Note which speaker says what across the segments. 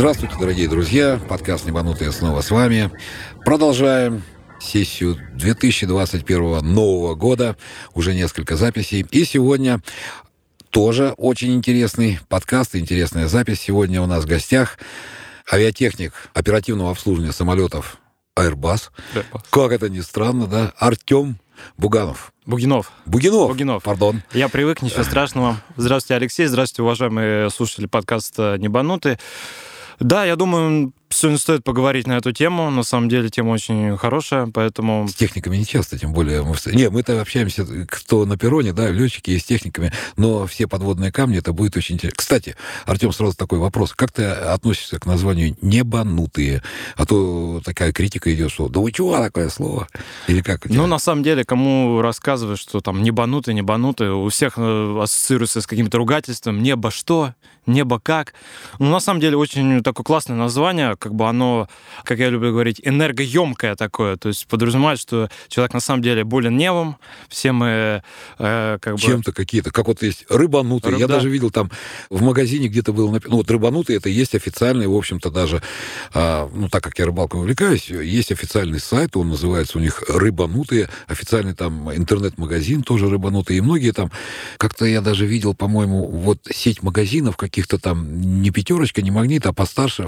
Speaker 1: Здравствуйте, дорогие друзья. Подкаст «Небанутые» снова с вами. Продолжаем сессию 2021 нового года. Уже несколько записей. И сегодня тоже очень интересный подкаст, интересная запись. Сегодня у нас в гостях авиатехник оперативного обслуживания самолетов Airbus. Как это ни странно, да? Артем Бугинов. Бугинов, пардон.
Speaker 2: Я привык, ничего страшного. Здравствуйте, Алексей. Здравствуйте, уважаемые слушатели подкаста «Небанутые». Да, я думаю, сегодня стоит поговорить на эту тему. На самом деле, тема очень хорошая, поэтому...
Speaker 1: С техниками не часто, тем более... мы-то общаемся, кто на перроне, да, летчики и с техниками, но все подводные камни, это будет очень интересно. Кстати, Артем, сразу такой вопрос. Как ты относишься к названию «небанутые»? А то такая критика идет, что «да вы чего такое слово?» Или как?
Speaker 2: Ну, на самом деле, кому рассказываешь, что там небанутые, у всех ассоциируется с каким-то ругательством. Небо что? Небо как? Ну, на самом деле, очень такое классное название, как бы оно, как я люблю говорить, энергоемкое такое, то есть подразумевает, что человек на самом деле болен небом, все мы как бы...
Speaker 1: Чем-то какие-то, как вот есть рыбанутые. Я даже видел там в магазине где-то было написано, ну вот рыбанутые это есть официальный, в общем-то даже, ну так как я рыбалкой увлекаюсь, есть официальный сайт, он называется у них «Рыбанутые», официальный там интернет-магазин тоже «Рыбанутые», и многие там, как-то я даже видел, по-моему, вот сеть магазинов каких-то там, не «Пятерочка», не «Магнит», а постарше,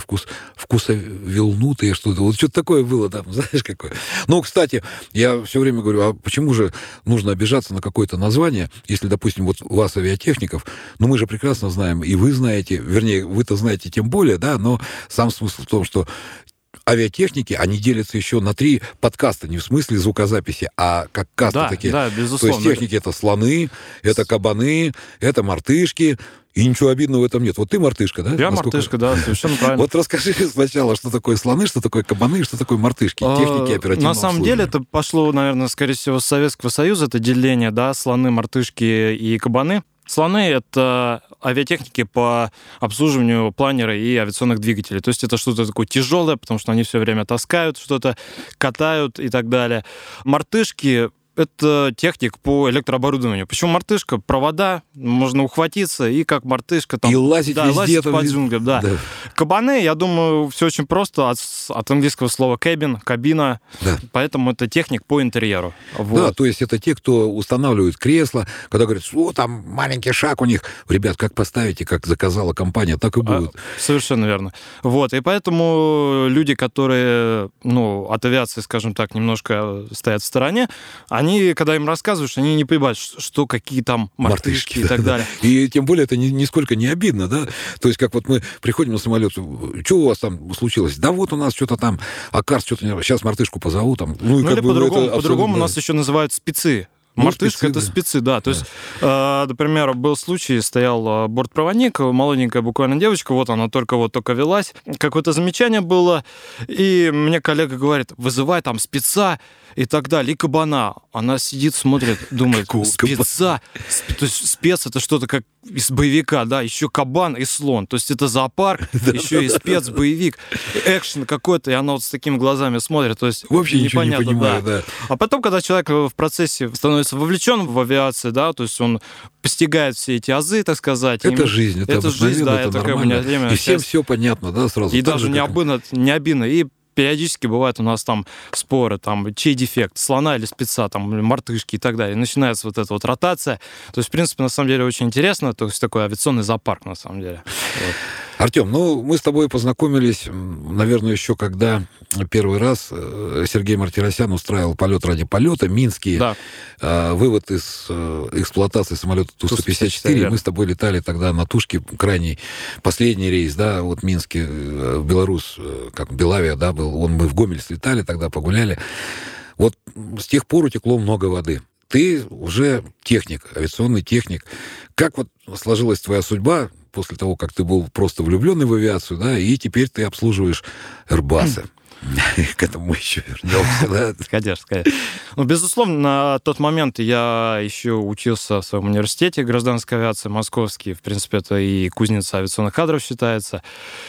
Speaker 1: вкусовилнутые что-то. Вот что-то такое было там, знаешь, какое. Ну, кстати, я все время говорю, а почему же нужно обижаться на какое-то название, если, допустим, вот у вас авиатехников, ну, мы же прекрасно знаем, и вы знаете, вернее, вы-то знаете тем более, да, но сам смысл в том, что авиатехники, они делятся еще на 3 подкаста, не в смысле звукозаписи, а как касты такие.
Speaker 2: Да, безусловно.
Speaker 1: То есть техники — это слоны, это кабаны, это мартышки, и ничего обидного в этом нет. Вот ты мартышка, да?
Speaker 2: Я мартышка, да, совершенно правильно.
Speaker 1: Вот расскажи сначала, что такое слоны, что такое кабаны, что такое мартышки, техники оперативного
Speaker 2: На самом деле это пошло, наверное, скорее всего, с Советского Союза, это деление, да, слоны, мартышки и кабаны. Слоны — это авиатехники по обслуживанию планера и авиационных двигателей. То есть это что-то такое тяжелое, потому что они все время таскают что-то, катают и так далее. Мартышки — это техник по электрооборудованию. Почему мартышка? Провода, можно ухватиться, и как мартышка там...
Speaker 1: И лазить везде.
Speaker 2: Лазить по джунглям, да. Кабаны, я думаю, все очень просто. От английского слова cabin, кабина. Да. Поэтому это техник по интерьеру. Вот.
Speaker 1: Да, то есть это те, кто устанавливают кресла, когда говорят, что там маленький шаг у них. Ребят, как поставите, как заказала компания, так и будет.
Speaker 2: Совершенно верно. Вот, и поэтому люди, которые, ну, от авиации, скажем так, немножко стоят в стороне, они, когда им рассказываешь, они не понимают, что какие там мартышки и так далее.
Speaker 1: И тем более это нисколько не обидно, да? То есть как вот мы приходим на самолет, что у вас там случилось? Да вот у нас что-то там, Карс что-то не... Сейчас мартышку позову там. Ну
Speaker 2: или по-другому нас еще называют спецы. Мартышка — это спецы, да. То есть, например, был случай, стоял бортпроводник, молоденькая буквально девочка, вот она только велась, какое-то замечание было, и мне коллега говорит, вызывай там спеца и так далее, и кабана. Она сидит, смотрит, думает, спеца, то есть спец — это что-то как из боевика, да, еще кабан и слон, то есть это зоопарк, еще и спецбоевик, экшен какой-то, и она вот с такими глазами смотрит, то есть
Speaker 1: вообще непонятно, не понимаю, да.
Speaker 2: А потом, когда человек в процессе становится вовлечен в авиацию, да, то есть он постигает все эти азы, так сказать.
Speaker 1: Это жизнь, это жизнь, да,
Speaker 2: это
Speaker 1: нормально. И всем все понятно, да, сразу.
Speaker 2: И даже не обидно. И периодически бывают у нас там споры, там, чей дефект, слона или спеца, там, мартышки и так далее. И начинается вот эта вот ротация. То есть, в принципе, на самом деле очень интересно. То есть такой авиационный зоопарк, на самом деле. Вот.
Speaker 1: Артем, ну, мы с тобой познакомились, наверное, еще когда первый раз Сергей Мартиросян устраивал «Полет ради полета», минский вывод из эксплуатации самолета Ту-154. Мы с тобой летали тогда на Тушке, крайний, последний рейс, да, вот Минский, Беларусь, как Белавия, да, был, мы в Гомель слетали тогда, погуляли. Вот с тех пор утекло много воды. Ты уже техник, авиационный техник. Как вот сложилась твоя судьба после того, как ты был просто влюбленный в авиацию, да, и теперь ты обслуживаешь Airbus? К этому мы еще вернемся, да?
Speaker 2: Конечно. Ну, безусловно, на тот момент я еще учился в своем университете гражданской авиации московский. В принципе, это и кузница авиационных кадров считается.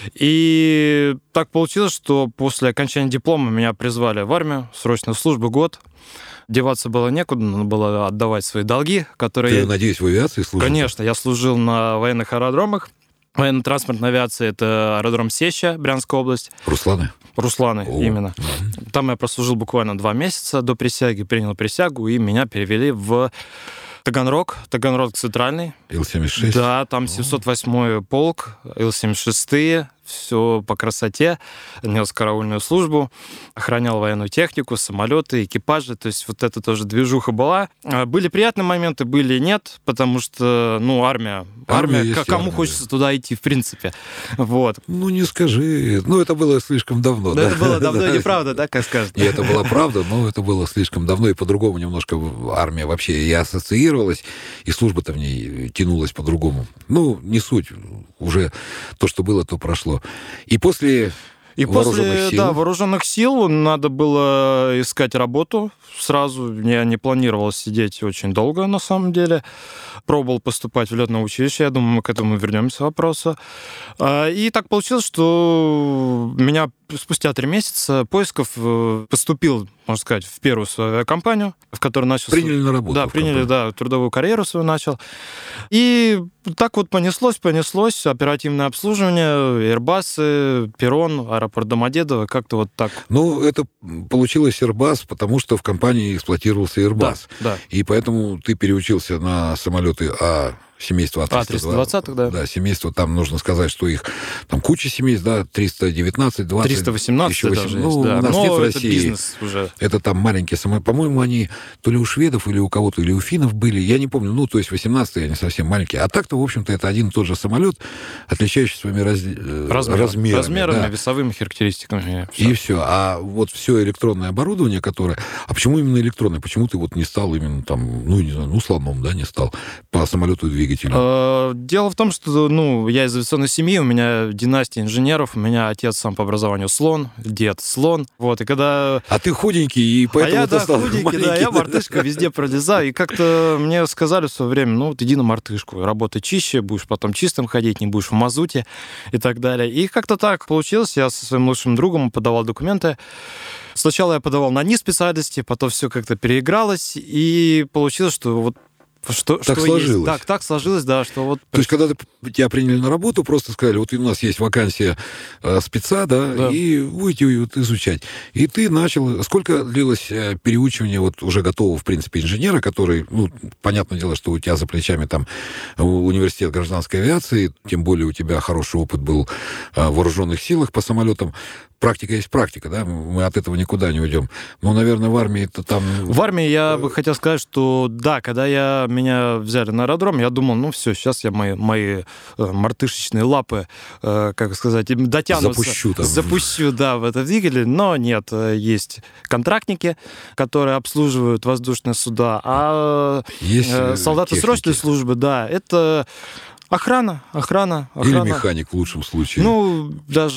Speaker 2: И так получилось, что после окончания диплома меня призвали в армию, срочную службу, год. Деваться было некуда, надо было отдавать свои долги, которые...
Speaker 1: Ты, надеюсь, в авиации служил?
Speaker 2: Конечно, я служил на военных аэродромах. Военно-транспортная авиация — это аэродром Сеща, Брянская область.
Speaker 1: Русланы,
Speaker 2: Именно. Там я прослужил буквально 2 месяца до присяги, принял присягу, и меня перевели в Таганрог Центральный.
Speaker 1: Ил-76.
Speaker 2: Да, там 708-й полк, Ил-76, все по красоте, нес караульную службу, охранял военную технику, самолеты, экипажи, то есть вот это тоже движуха была. Были приятные моменты, были нет, потому что, армия, кому хочется туда идти, в принципе. Вот.
Speaker 1: Не скажи. Это было слишком давно.
Speaker 2: Да, это было давно, неправда, да, как скажете?
Speaker 1: И это была правда, но это было слишком давно, и по-другому немножко армия вообще и ассоциировалась, и служба-то в ней тянулась по-другому. Не суть. Уже то, что было, то прошло. И после
Speaker 2: вооруженных сил надо было искать работу сразу. Я не планировал сидеть очень долго, на самом деле. Пробовал поступать в летное училище. Я думаю, мы к этому вернемся вопросу. И так получилось, что меня спустя 3 месяца поисков поступил, можно сказать, в первую свою авиакомпанию, в которой начал...
Speaker 1: Приняли на работу.
Speaker 2: Да, трудовую карьеру свою начал. И так вот понеслось. Оперативное обслуживание, Airbus, Перрон, аэропорт Домодедово, как-то вот так.
Speaker 1: Это получилось Airbus, потому что в компании эксплуатировался Airbus.
Speaker 2: Да.
Speaker 1: И поэтому ты переучился на самолеты семейство
Speaker 2: А320, да.
Speaker 1: Да, семейство, там нужно сказать, что их там куча семейств, да, 319, 20...
Speaker 2: 318
Speaker 1: еще 8,
Speaker 2: даже есть, да.
Speaker 1: У нас
Speaker 2: Но
Speaker 1: нет в
Speaker 2: это
Speaker 1: России.
Speaker 2: Бизнес уже.
Speaker 1: Это там маленькие самолеты. По-моему, они то ли у шведов, или у кого-то, или у финнов были. Я не помню. То есть 18-е, они совсем маленькие. А так-то, в общем-то, это один и тот же самолет, отличающийся своими размерами,
Speaker 2: да. Весовыми характеристиками.
Speaker 1: И все. А вот все электронное оборудование, которое... А почему именно электронное? Почему ты не стал именно там, не знаю, слоном, да, не стал по самолету и двигателю?
Speaker 2: Дело в том, что, я из авиационной семьи, у меня династия инженеров, у меня отец сам по образованию слон, дед слон. Вот, и когда...
Speaker 1: А ты худенький, и поэтому ты стал
Speaker 2: худенький,
Speaker 1: маленький.
Speaker 2: Да, я мартышка, везде пролезаю. И как-то мне сказали в свое время, иди на мартышку, работай чище, будешь потом чистым ходить, не будешь в мазуте и так далее. И как-то так получилось. Я со своим лучшим другом подавал документы. Сначала я подавал на одни специальности, потом все как-то переигралось, и получилось, что
Speaker 1: так сложилось.
Speaker 2: Есть. Так сложилось, да, что вот...
Speaker 1: То есть, когда тебя приняли на работу, просто сказали, у нас есть вакансия спеца, да, и будете изучать. И ты начал... Сколько длилось переучивание уже готового, в принципе, инженера, который, понятное дело, что у тебя за плечами там университет гражданской авиации, тем более у тебя хороший опыт был в вооруженных силах по самолетам. Практика есть практика, да, мы от этого никуда не уйдем. Наверное, в армии это там...
Speaker 2: В армии я бы хотел сказать, что да, когда меня взяли на аэродром, я думал, все, сейчас я мои мартышечные лапы, как сказать, дотянутся. Запущу, да, в этот двигатель, но нет, есть контрактники, которые обслуживают воздушные суда, а солдаты срочной службы, да, это охрана.
Speaker 1: Или механик в лучшем случае.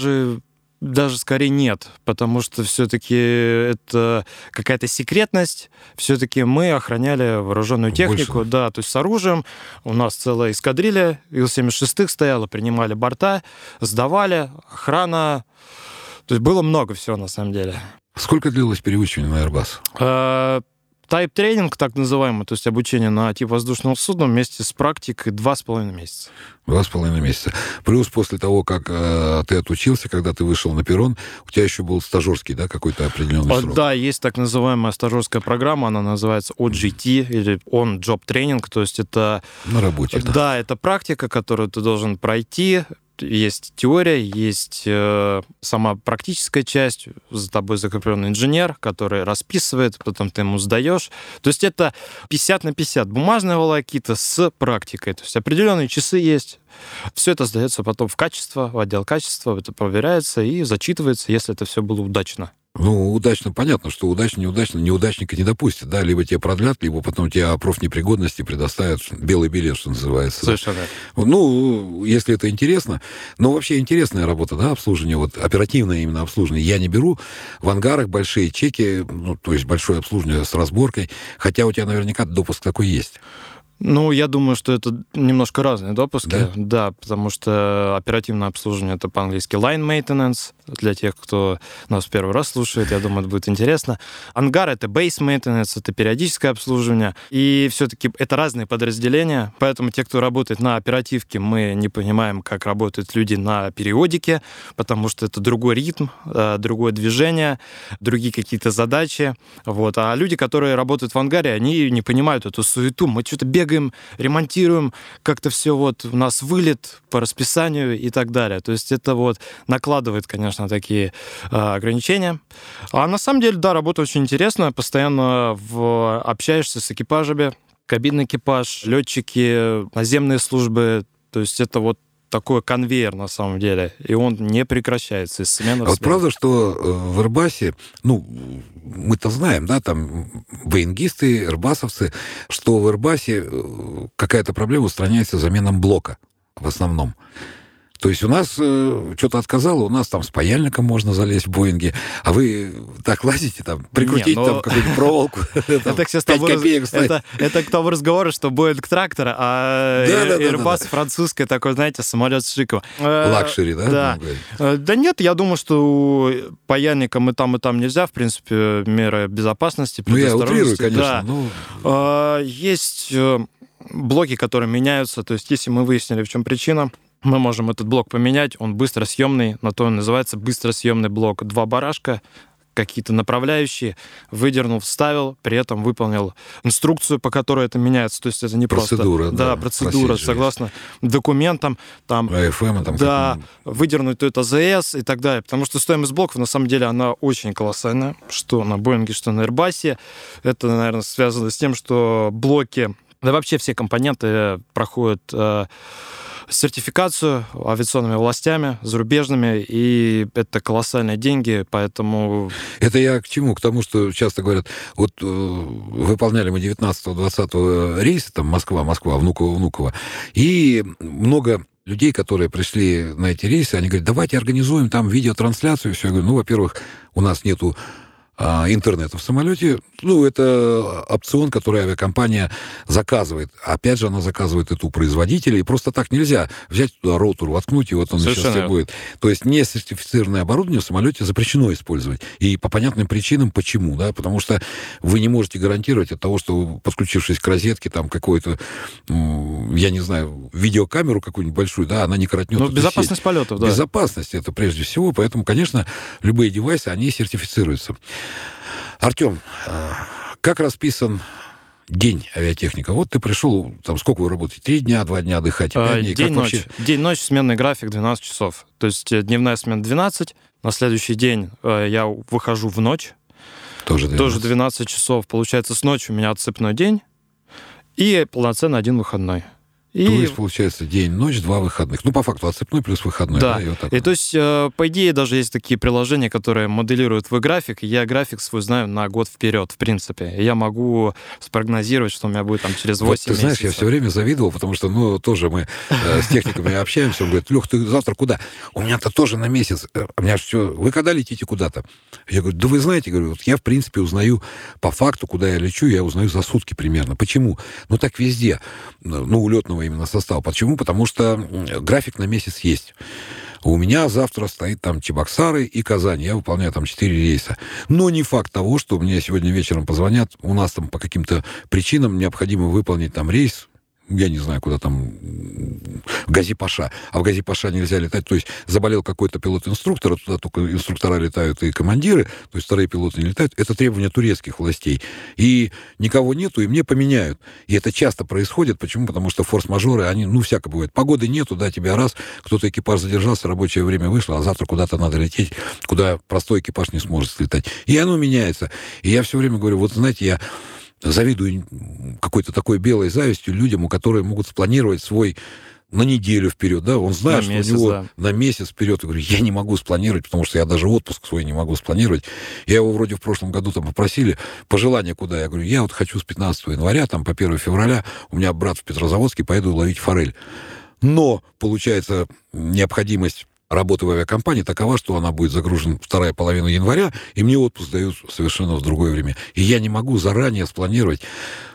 Speaker 2: Даже скорее нет, потому что все-таки это какая-то секретность. Все-таки мы охраняли вооруженную технику, да, то есть с оружием. У нас целая эскадрилья Ил-76 стояла, принимали борта, сдавали, охрана. То есть было много всего на самом деле.
Speaker 1: Сколько длилось переучивание на Airbus?
Speaker 2: Тайп-тренинг, так называемый, то есть обучение на тип воздушного судна вместе с практикой 2,5 месяца.
Speaker 1: 2,5 месяца. Плюс после того, как ты отучился, когда ты вышел на перрон, у тебя еще был стажерский, да, какой-то определенный срок?
Speaker 2: Да, есть так называемая стажерская программа, она называется OJT, или On-Job Training, то есть это...
Speaker 1: На работе, да.
Speaker 2: Да, это практика, которую ты должен пройти. Есть теория, есть сама практическая часть, за тобой закрепленный инженер, который расписывает, потом ты ему сдаешь. То есть это 50 на 50. Бумажная волокита с практикой. То есть определенные часы есть. Все это сдается потом в качество, в отдел качества, это проверяется и зачитывается, если это все было удачно.
Speaker 1: Удачно, понятно, что удачно, неудачника не допустят, да, либо тебя продлят, либо потом тебе о профнепригодности предоставят белый билет, что называется.
Speaker 2: Совершенно.
Speaker 1: Если это интересно, но вообще интересная работа, да, обслуживание, оперативное именно обслуживание. Я не беру в ангарах большие чеки, то есть большое обслуживание с разборкой, хотя у тебя наверняка допуск такой есть.
Speaker 2: Ну, я думаю, что это немножко разные допуски. Да, потому что оперативное обслуживание — это по-английски line maintenance. Для тех, кто нас первый раз слушает, я думаю, это будет интересно. Ангар — это base maintenance, это периодическое обслуживание. И все-таки это разные подразделения, поэтому те, кто работает на оперативке, мы не понимаем, как работают люди на периодике, потому что это другой ритм, другое движение, другие какие-то задачи. Вот. А люди, которые работают в ангаре, они не понимают эту суету. Мы что-то бегаем, ремонтируем, как-то все вот у нас вылет по расписанию и так далее. То есть это вот накладывает, конечно, такие ограничения. А на самом деле, да, работа очень интересная. Постоянно общаешься с экипажами, кабинный экипаж, летчики, наземные службы. То есть это вот такой конвейер, на самом деле, и он не прекращается из смены в смену.
Speaker 1: Вот правда, что в Airbus, мы-то знаем, да, там, боингисты, эрбасовцы, что в Airbus какая-то проблема устраняется заменом блока в основном. То есть у нас что-то отказало, у нас там с паяльником можно залезть в Боинге, а вы так лазите, там, прикрутить там какую-нибудь проволоку, 5 копеек стоит.
Speaker 2: Это к тому разговору, что Боинг трактор, а Airbus французский такой, знаете, самолет с шиком.
Speaker 1: Лакшери, да?
Speaker 2: Да нет, я думаю, что паяльником и там нельзя, в принципе, меры безопасности,
Speaker 1: я
Speaker 2: предосторожности.
Speaker 1: утрирую, конечно.
Speaker 2: Есть блоки, которые меняются, то есть если мы выяснили, в чем причина, мы можем этот блок поменять, он быстросъемный, на то он называется быстросъемный блок. 2 барашка, какие-то направляющие, выдернул, вставил, при этом выполнил инструкцию, по которой это меняется. То есть это не
Speaker 1: процедура,
Speaker 2: просто... Да, процедура, согласно документам. Там,
Speaker 1: АФМ, там,
Speaker 2: да, выдернуть это АЗС и так далее. Потому что стоимость блоков, на самом деле, она очень колоссальная. Что на Боинге, что на Airbus. Это, наверное, связано с тем, что блоки, да вообще все компоненты проходят сертификацию авиационными властями, зарубежными, и это колоссальные деньги, поэтому...
Speaker 1: Это я к чему? К тому, что часто говорят, вот выполняли мы 19-20 рейса, там Москва, Внуково, и много людей, которые пришли на эти рейсы, они говорят, давайте организуем там видеотрансляцию, все. Я говорю, во-первых, у нас нету интернета в самолете, это опцион, который авиакомпания заказывает. Опять же, она заказывает это у производителя, и просто так нельзя взять туда ротор, воткнуть, и вот он сейчас все будет. То есть несертифицированное оборудование в самолете запрещено использовать. И по понятным причинам, почему, да, потому что вы не можете гарантировать от того, что, подключившись к розетке, там, какую-то, я не знаю, видеокамеру какую-нибудь большую, да, она не коротнет.
Speaker 2: Безопасность полетов, да.
Speaker 1: Безопасность это прежде всего, поэтому, конечно, любые девайсы, они сертифицируются. Артем, как расписан день авиатехника? Вот ты пришел, там сколько вы работаете? 3 дня, 2 дня отдыхать? 5 дней?
Speaker 2: День-ночь. День-ночь, сменный график, 12 часов. То есть дневная смена 12, на следующий день я выхожу в ночь. Тоже 12 часов. Получается, с ночи у меня отсыпной день и полноценно 1 выходной.
Speaker 1: То есть, получается, день-ночь, 2 выходных. По факту, отсыпной плюс выходной.
Speaker 2: Да. И то есть, по идее, даже есть такие приложения, которые моделируют твой график, и я график свой знаю на год вперед, в принципе. И я могу спрогнозировать, что у меня будет там через 8 месяцев.
Speaker 1: Ты знаешь, я все время завидовал, потому что, тоже мы с техниками общаемся, он говорит, Лех, ты завтра куда? У меня-то тоже на месяц. У меня все, вы когда летите куда-то? Я говорю, да вы знаете, вот я, в принципе, узнаю по факту, куда я лечу, я узнаю за сутки примерно. Почему? Так везде. У летного именно состава. Почему? Потому что график на месяц есть. У меня завтра стоит там Чебоксары и Казань. Я выполняю там 4 рейса. Но не факт того, что мне сегодня вечером позвонят, у нас там по каким-то причинам необходимо выполнить там рейс, я не знаю, куда там, в Гази-Паша. А в Гази-Паша нельзя летать. То есть заболел какой-то пилот-инструктор, а туда только инструктора летают и командиры, то есть вторые пилоты не летают. Это требование турецких властей. И никого нету, и мне поменяют. И это часто происходит. Почему? Потому что форс-мажоры, они, всяко бывает. Погоды нету, да, тебя раз, кто-то экипаж задержался, рабочее время вышло, а завтра куда-то надо лететь, куда простой экипаж не сможет слетать. И оно меняется. И я все время говорю, вот знаете, я завидую какой-то такой белой завистью людям, у которых могут спланировать свой на неделю вперед, да, он знает, что у него на месяц вперед. Я говорю, я не могу спланировать, потому что я даже отпуск свой не могу спланировать. Я его вроде в прошлом году там попросили, пожелание куда? Я говорю, я вот хочу с 15 января, там по 1 февраля, у меня брат в Петрозаводске, поеду ловить форель. Но, получается, необходимость работа в авиакомпании такова, что она будет загружена вторая половина января, и мне отпуск дают совершенно в другое время. И я не могу заранее спланировать.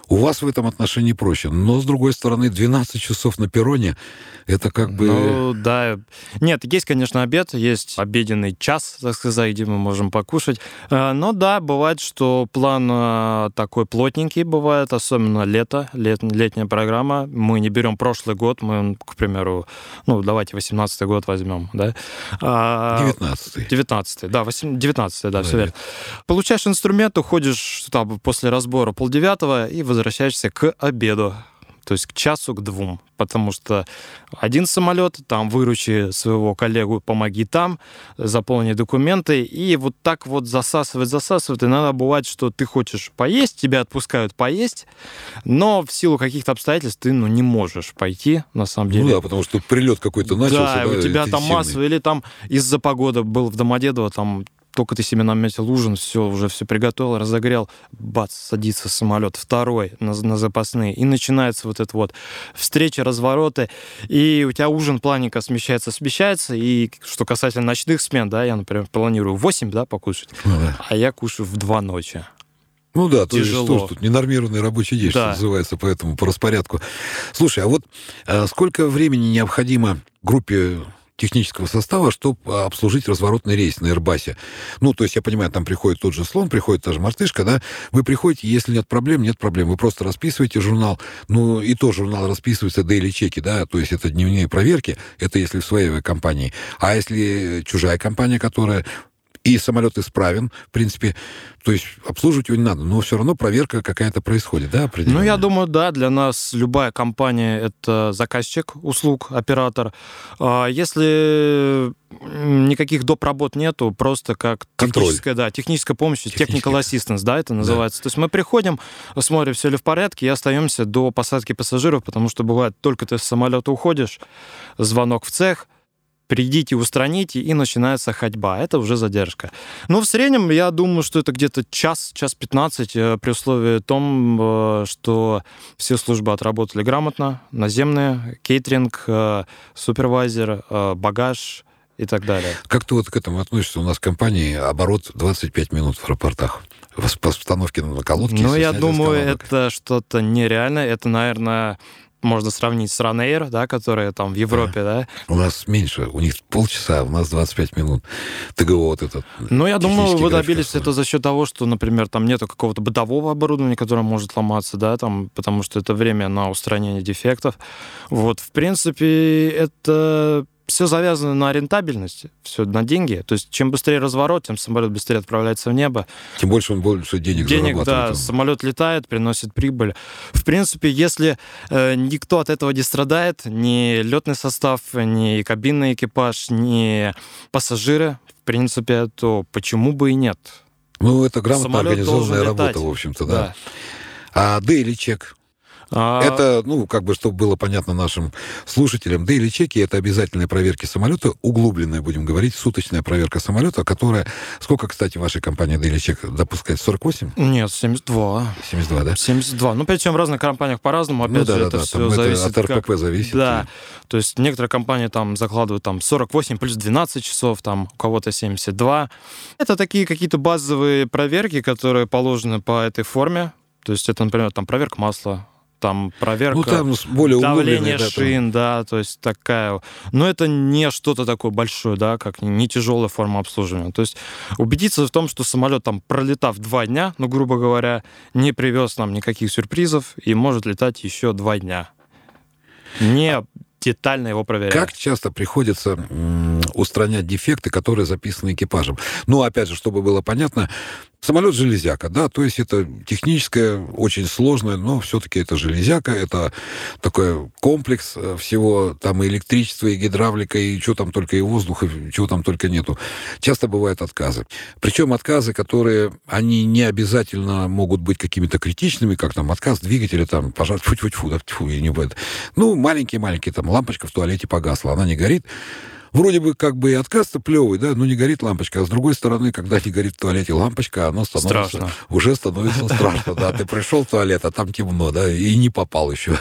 Speaker 1: У вас в этом отношении проще. Но, с другой стороны, 12 часов на перроне, это как бы...
Speaker 2: Ну, да. Нет, есть, конечно, обед, есть обеденный час, так сказать, где мы можем покушать. Но да, бывает, что план такой плотненький бывает, особенно летняя программа. Мы не берем прошлый год, мы, к примеру, давайте 18-й год возьмем, да?
Speaker 1: 19-й.
Speaker 2: 19-й, да, 19-й, да, все верно. Получаешь инструмент, уходишь там после разбора 8:30 и возвращаешься к обеду. То есть к часу, к 2. Потому что один самолет, там выручи своего коллегу, помоги там, заполни документы, и вот так вот засасывает. Иногда бывает, что ты хочешь поесть, тебя отпускают поесть, но в силу каких-то обстоятельств ты не можешь пойти, на самом деле.
Speaker 1: Ну да, потому что прилет какой-то начался.
Speaker 2: Да, у тебя там массовый, или там из-за погоды был в Домодедово, там только ты себе наметил ужин, уже все приготовил, разогрел, бац, садится самолет, второй на запасные, и начинается вот это вот встреча, развороты, и у тебя ужин плавненько смещается, и что касательно ночных смен, да, я, например, планирую в 8, да, покушать, а я кушаю в 2 ночи.
Speaker 1: Ну да, то
Speaker 2: тяжело.
Speaker 1: есть тоже тут ненормированный рабочий день, что называется, поэтому по распорядку. Слушай, а вот сколько времени необходимо группе технического состава, чтобы обслужить разворотный рейс на Airbus? Ну, то есть, я понимаю, там приходит тот же слон, приходит та же мартышка, да? Вы приходите, если нет проблем. Вы просто расписываете журнал. Ну, и то журнал расписывается daily чеки, да? То есть, это дневные проверки, это если в своей компании. А если чужая компания, которая... И самолет исправен, в принципе, то есть обслуживать его не надо, но все равно проверка какая-то происходит, да, определенная?
Speaker 2: Ну, я думаю, да, для нас любая компания — это заказчик услуг, оператор. Если никаких доп. Работ нету, просто как техническая помощь, technical assistance, да, это называется. Да. То есть мы приходим, смотрим, все ли в порядке, и остаемся до посадки пассажиров, потому что бывает, только ты с самолета уходишь, звонок в цех, придите, устраните, и начинается ходьба. Это уже задержка. Но в среднем, я думаю, что это где-то час 15, при условии том, что все службы отработали грамотно, наземные, кейтеринг, супервайзер, багаж и так далее.
Speaker 1: Как ты вот к этому относишься? У нас в компании оборот 25 минут в аэропортах. По установке на колодки.
Speaker 2: Ну, я думаю, это что-то нереальное. Это, наверное... Можно сравнить с Ryanair, да, которые там в Европе, да.
Speaker 1: У нас меньше, у них полчаса, у нас 25 минут. ТГО вот этот.
Speaker 2: Ну, я думаю, вы добились это за счет того, что, например, там нету какого-то бытового оборудования, которое может ломаться, да, там, потому что это время на устранение дефектов. Вот, в принципе, это... Все завязано на рентабельности, все на деньги. То есть, чем быстрее разворот, тем самолет быстрее отправляется в небо.
Speaker 1: Тем больше он больше денег зарабатывает.
Speaker 2: Да, самолет летает, приносит прибыль. В принципе, если никто от этого не страдает, ни летный состав, ни кабинный экипаж, ни пассажиры, в принципе, то почему бы и нет?
Speaker 1: Ну, это грамотно организованная работа, в общем-то, да. А daily чек? Это, чтобы было понятно нашим слушателям, daily чеки — это обязательные проверки самолета, углубленная, будем говорить, суточная проверка самолета, которая... Сколько, кстати, вашей компании daily чек допускает? 48?
Speaker 2: Нет, 72.
Speaker 1: 72, да?
Speaker 2: 72. Ну, причем в разных компаниях по-разному. Опять же, это все зависит...
Speaker 1: От РПП зависит.
Speaker 2: Да. То есть некоторые компании там закладывают 48 плюс 12 часов, там у кого-то 72. Это такие какие-то базовые проверки, которые положены по этой форме. То есть это, например, там проверка масла, там проверка давления шин, да, то есть такая. Но это не что-то такое большое, да, как не тяжелая форма обслуживания. То есть убедиться в том, что самолет, там, пролетав 2 дня, грубо говоря, не привез нам никаких сюрпризов и может летать еще 2 дня. Не детально его проверять.
Speaker 1: Как часто приходится устранять дефекты, которые записаны экипажем? Ну, опять же, чтобы было понятно, самолет железяка, да, то есть это техническое, очень сложное, но все-таки это железяка, это такой комплекс всего, там и электричество, и гидравлика, и что там только, и воздух, и чего там только нету. Часто бывают отказы. Причем отказы, которые, они не обязательно могут быть какими-то критичными, как там отказ двигателя, там, пожар, фу-фу-фу, да, фу, и не будет. Ну, маленькие, там, лампочка в туалете погасла, она не горит. Вроде бы как бы и отказ-то плевый, да, но не горит лампочка. А с другой стороны, когда не горит в туалете лампочка, оно становится... Уже становится страшно, да. Ты пришел в туалет, а там темно, да, и не попал еще.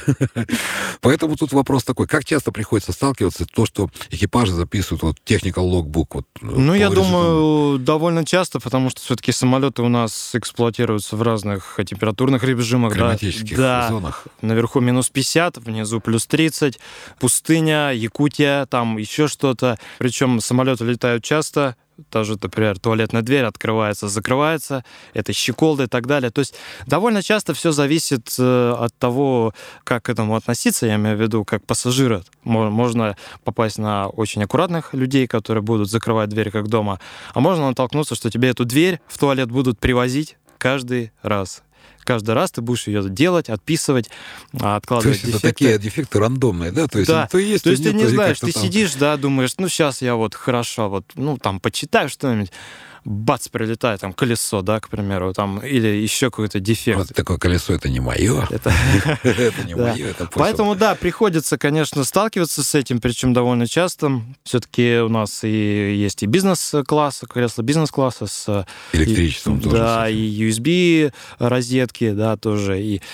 Speaker 1: Поэтому тут вопрос такой, как часто приходится сталкиваться то, что экипажи записывают вот technical logbook? Вот,
Speaker 2: ну, я думаю, довольно часто, потому что все-таки самолеты у нас эксплуатируются в разных температурных режимах.
Speaker 1: Климатических зонах.
Speaker 2: Наверху минус 50, внизу плюс 30, пустыня, Якутия, там еще что-то. Причем самолеты летают часто, даже, например, туалетная дверь открывается, закрывается, это щеколда и так далее. То есть довольно часто все зависит от того, как к этому относиться, я имею в виду, как пассажира. Можно попасть на очень аккуратных людей, которые будут закрывать дверь как дома, а можно натолкнуться, что тебе эту дверь в туалет будут привозить каждый раз. Каждый раз ты будешь ее делать, отписывать, откладывать дефекты.
Speaker 1: То есть это такие дефекты рандомные, да? То есть,
Speaker 2: да.
Speaker 1: То есть
Speaker 2: ты не знаешь, ты
Speaker 1: там...
Speaker 2: сидишь, да, думаешь, ну, сейчас я вот хорошо, вот, ну, там, почитаю что-нибудь, бац, прилетает там колесо, да, к примеру, там, или еще какой-то дефект.
Speaker 1: Вот такое колесо, это не мое. Это не мое, это
Speaker 2: Поэтому, да, приходится, конечно, сталкиваться с этим, причем довольно часто. Все-таки у нас и есть и бизнес-класс, кресло бизнес-класса с...
Speaker 1: электричеством тоже.
Speaker 2: Да, и USB-розетки, да, тоже. И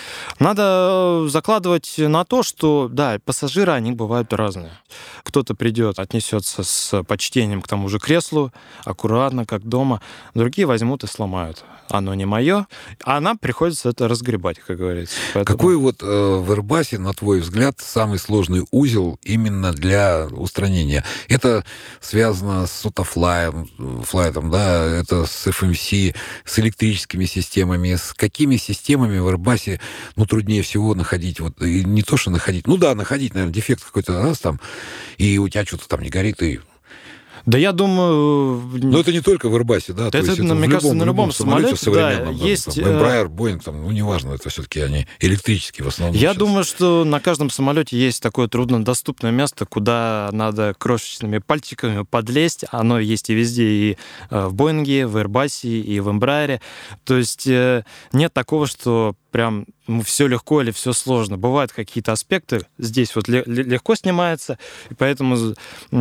Speaker 2: надо закладывать на то, что, да, пассажиры, они бывают разные. Кто-то придет, отнесется с почтением к тому же креслу, аккуратно, как дома. Другие возьмут и сломают. Оно не мое, а нам приходится это разгребать, как говорится.
Speaker 1: Поэтому... Какой вот в Airbus, на твой взгляд, самый сложный узел именно для устранения? Это связано с сотофлайтом, да, это с FMC, с электрическими системами. С какими системами в Airbus, ну, труднее всего находить? Вот, и не то, что находить, ну да, находить, наверное, дефект какой-то раз там, и у тебя что-то там не горит, и...
Speaker 2: Да я думаю...
Speaker 1: Но это не только в Airbus, да?
Speaker 2: Это, мне кажется, на любом самолете современном. Да, есть...
Speaker 1: Там, Embraer, Boeing, там, ну, неважно, это все-таки они электрические в основном.
Speaker 2: Я думаю, что на каждом самолете есть такое труднодоступное место, куда надо крошечными пальчиками подлезть. Оно есть и везде, и в Боинге, в Airbus, и в Embraer. То есть нет такого, что прям все легко или все сложно. Бывают какие-то аспекты, здесь вот легко снимается, и поэтому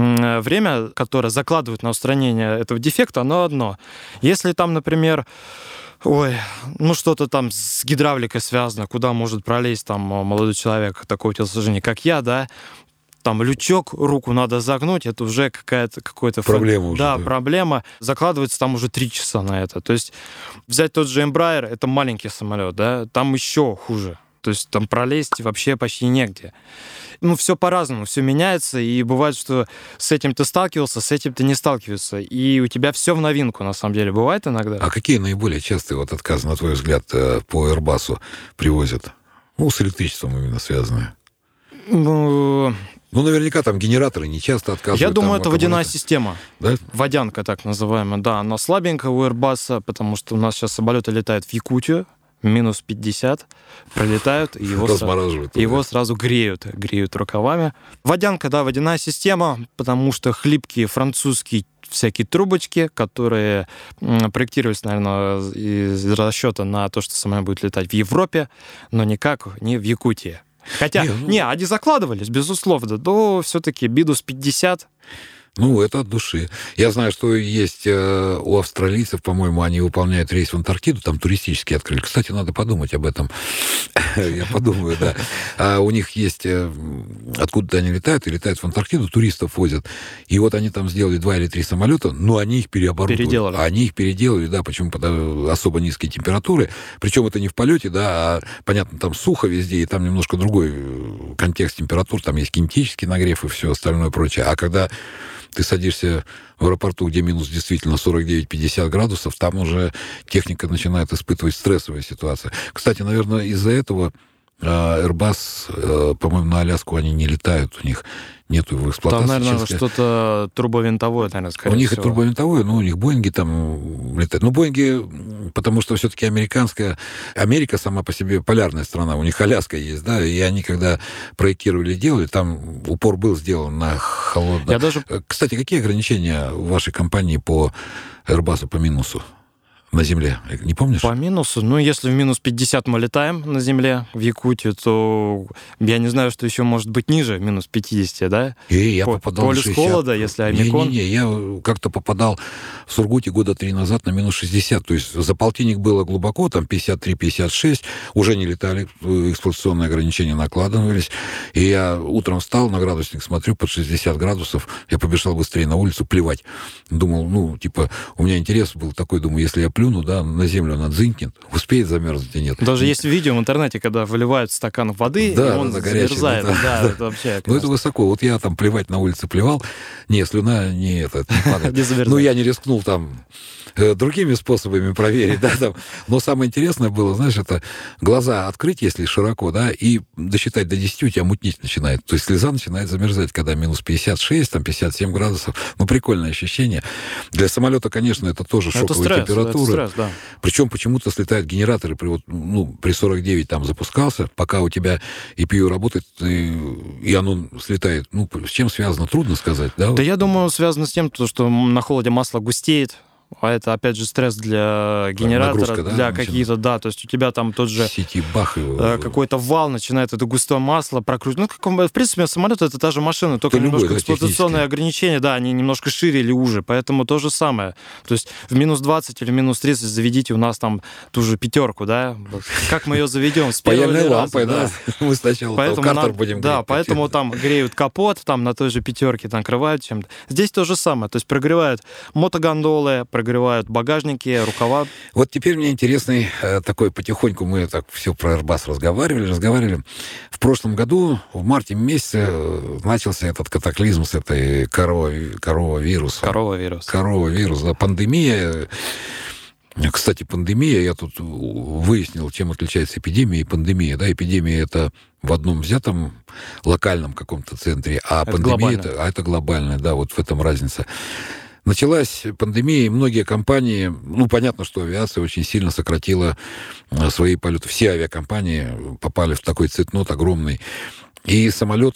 Speaker 2: время, которое закладывают на устранение этого дефекта, оно одно. Если там, например, что-то там с гидравликой связано, куда может пролезть там молодой человек такого телосложения, как я, да, там лючок, руку надо загнуть, это уже какая-то
Speaker 1: проблема уже.
Speaker 2: Да, проблема. Закладывается там уже 3 часа на это. То есть взять тот же Embraer, это маленький самолет, да, там еще хуже. То есть там пролезть вообще почти негде. Ну, все по-разному, все меняется, и бывает, что с этим ты сталкивался, с этим ты не сталкивался, и у тебя все в новинку, на самом деле, бывает иногда.
Speaker 1: А какие наиболее частые вот отказы, на твой взгляд, по Airbus привозят? Ну, с электричеством именно связанные. Ну, наверняка там генераторы не часто отказывают.
Speaker 2: Я думаю, это водяная система.
Speaker 1: Да?
Speaker 2: Водянка, так называемая. Да, она слабенькая у Airbus, потому что у нас сейчас самолеты летают в Якутию, минус 50, пролетают, и его сразу греют рукавами. Водянка, да, водяная система, потому что хлипкие французские всякие трубочки, которые проектировались, наверное, из расчета на то, что самолет будет летать в Европе, но никак не в Якутии. Хотя, они закладывались, безусловно, но все-таки минус 50.
Speaker 1: Ну, это от души. Я знаю, что есть у австралийцев, по-моему, они выполняют рейс в Антарктиду, там туристический открыли. Кстати, надо подумать об этом. Я подумаю, да. А у них есть... Откуда-то они летают, и летают в Антарктиду, туристов возят. И вот они там сделали 2 или 3 самолета, но они их переоборудовали. Они их переделали, да, почему? Потому особо низкие температуры. Причем это не в полете, да, а, понятно, там сухо везде, и там немножко другой контекст температур. Там есть кинетический нагрев и все остальное прочее. А когда ты садишься в аэропорту, где минус действительно 49-50 градусов, там уже техника начинает испытывать стрессовые ситуации. Кстати, наверное, из-за этого Airbus, по-моему, на Аляску они не летают, у них нету в эксплуатации.
Speaker 2: Там, наверное, что-то турбовинтовое, наверное, скорее
Speaker 1: всего. У них
Speaker 2: и
Speaker 1: турбовинтовое, но у них Боинги там летают. Ну, Боинги, потому что все-таки Америка сама по себе полярная страна, у них Аляска есть, да, и они, когда проектировали, делали, там упор был сделан на холодно. Кстати, какие ограничения в вашей компании по Airbus по минусу? на Земле? Не помнишь?
Speaker 2: По минусу? Ну, если в минус 50 мы летаем на Земле, в Якутию, то я не знаю, что еще может быть ниже минус 50, да?
Speaker 1: Я попадал
Speaker 2: полюс
Speaker 1: на 60.
Speaker 2: холода, если Омикон.
Speaker 1: Не-не-не, я как-то попадал в Сургуте года 3 назад на минус 60. То есть за полтинник было глубоко, там 53-56, уже не летали, эксплуатационные ограничения накладывались. И я утром встал, на градусник смотрю, под 60 градусов, я побежал быстрее на улицу, плевать. Думал, у меня интерес был такой, думаю, если я плюну, да, на землю она дзынькнет, успеет замерзнуть и нет.
Speaker 2: Даже есть видео в интернете, когда выливают стакан воды,
Speaker 1: да,
Speaker 2: и он замерзает. Да, это вообще...
Speaker 1: Ну, это высоко. Вот я там плевать на улице плевал, слюна не падает.
Speaker 2: Не замерзает.
Speaker 1: Ну, я не рискнул там другими способами проверить, да, там. Но самое интересное было, знаешь, это глаза открыть, если широко, да, и досчитать до 10, у тебя мутнить начинает. То есть слеза начинает замерзать, когда минус 56, там 57 градусов. Ну, прикольное ощущение. Для самолета, конечно, это тоже шоковая температура.
Speaker 2: Это стресс, да.
Speaker 1: Причем почему-то слетают генераторы при 49 там запускался, пока у тебя EPU работает, и оно слетает. Ну, с чем связано, трудно сказать, да?
Speaker 2: Да, я думаю, связано с тем, что на холоде масло густеет, а это, опять же, стресс для генератора,
Speaker 1: нагрузка, да,
Speaker 2: для каких-то, да, то есть у тебя там тот же
Speaker 1: сети бах,
Speaker 2: какой-то вал начинает это густое масло прокручивать. В принципе, самолет — это та же машина, только немножко эксплуатационные ограничения, да, они немножко шире или уже, поэтому то же самое. То есть в минус 20 или минус 30 заведите у нас там ту же пятерку, да, как мы ее заведем? С
Speaker 1: паяльной лампой, да. Мы сначала картер будем греть.
Speaker 2: Да, поэтому там греют капот, там на той же пятерке накрывают чем-то. Здесь то же самое, то есть прогревают мотогондолы, прогревают багажники, рукава.
Speaker 1: Вот теперь мне интересный такой, потихоньку мы так все про Airbus разговаривали. В прошлом году, в марте месяце, начался этот катаклизм с этой коровавируса. Коровавирус, да, пандемия. Кстати, пандемия, я тут выяснил, чем отличается эпидемия и пандемия. Да, эпидемия — это в одном взятом локальном каком-то центре, а это пандемия это глобальная, да, вот в этом разница. Началась пандемия, и многие компании, понятно, что авиация очень сильно сократила свои полеты. Все авиакомпании попали в такой цейтнот огромный. И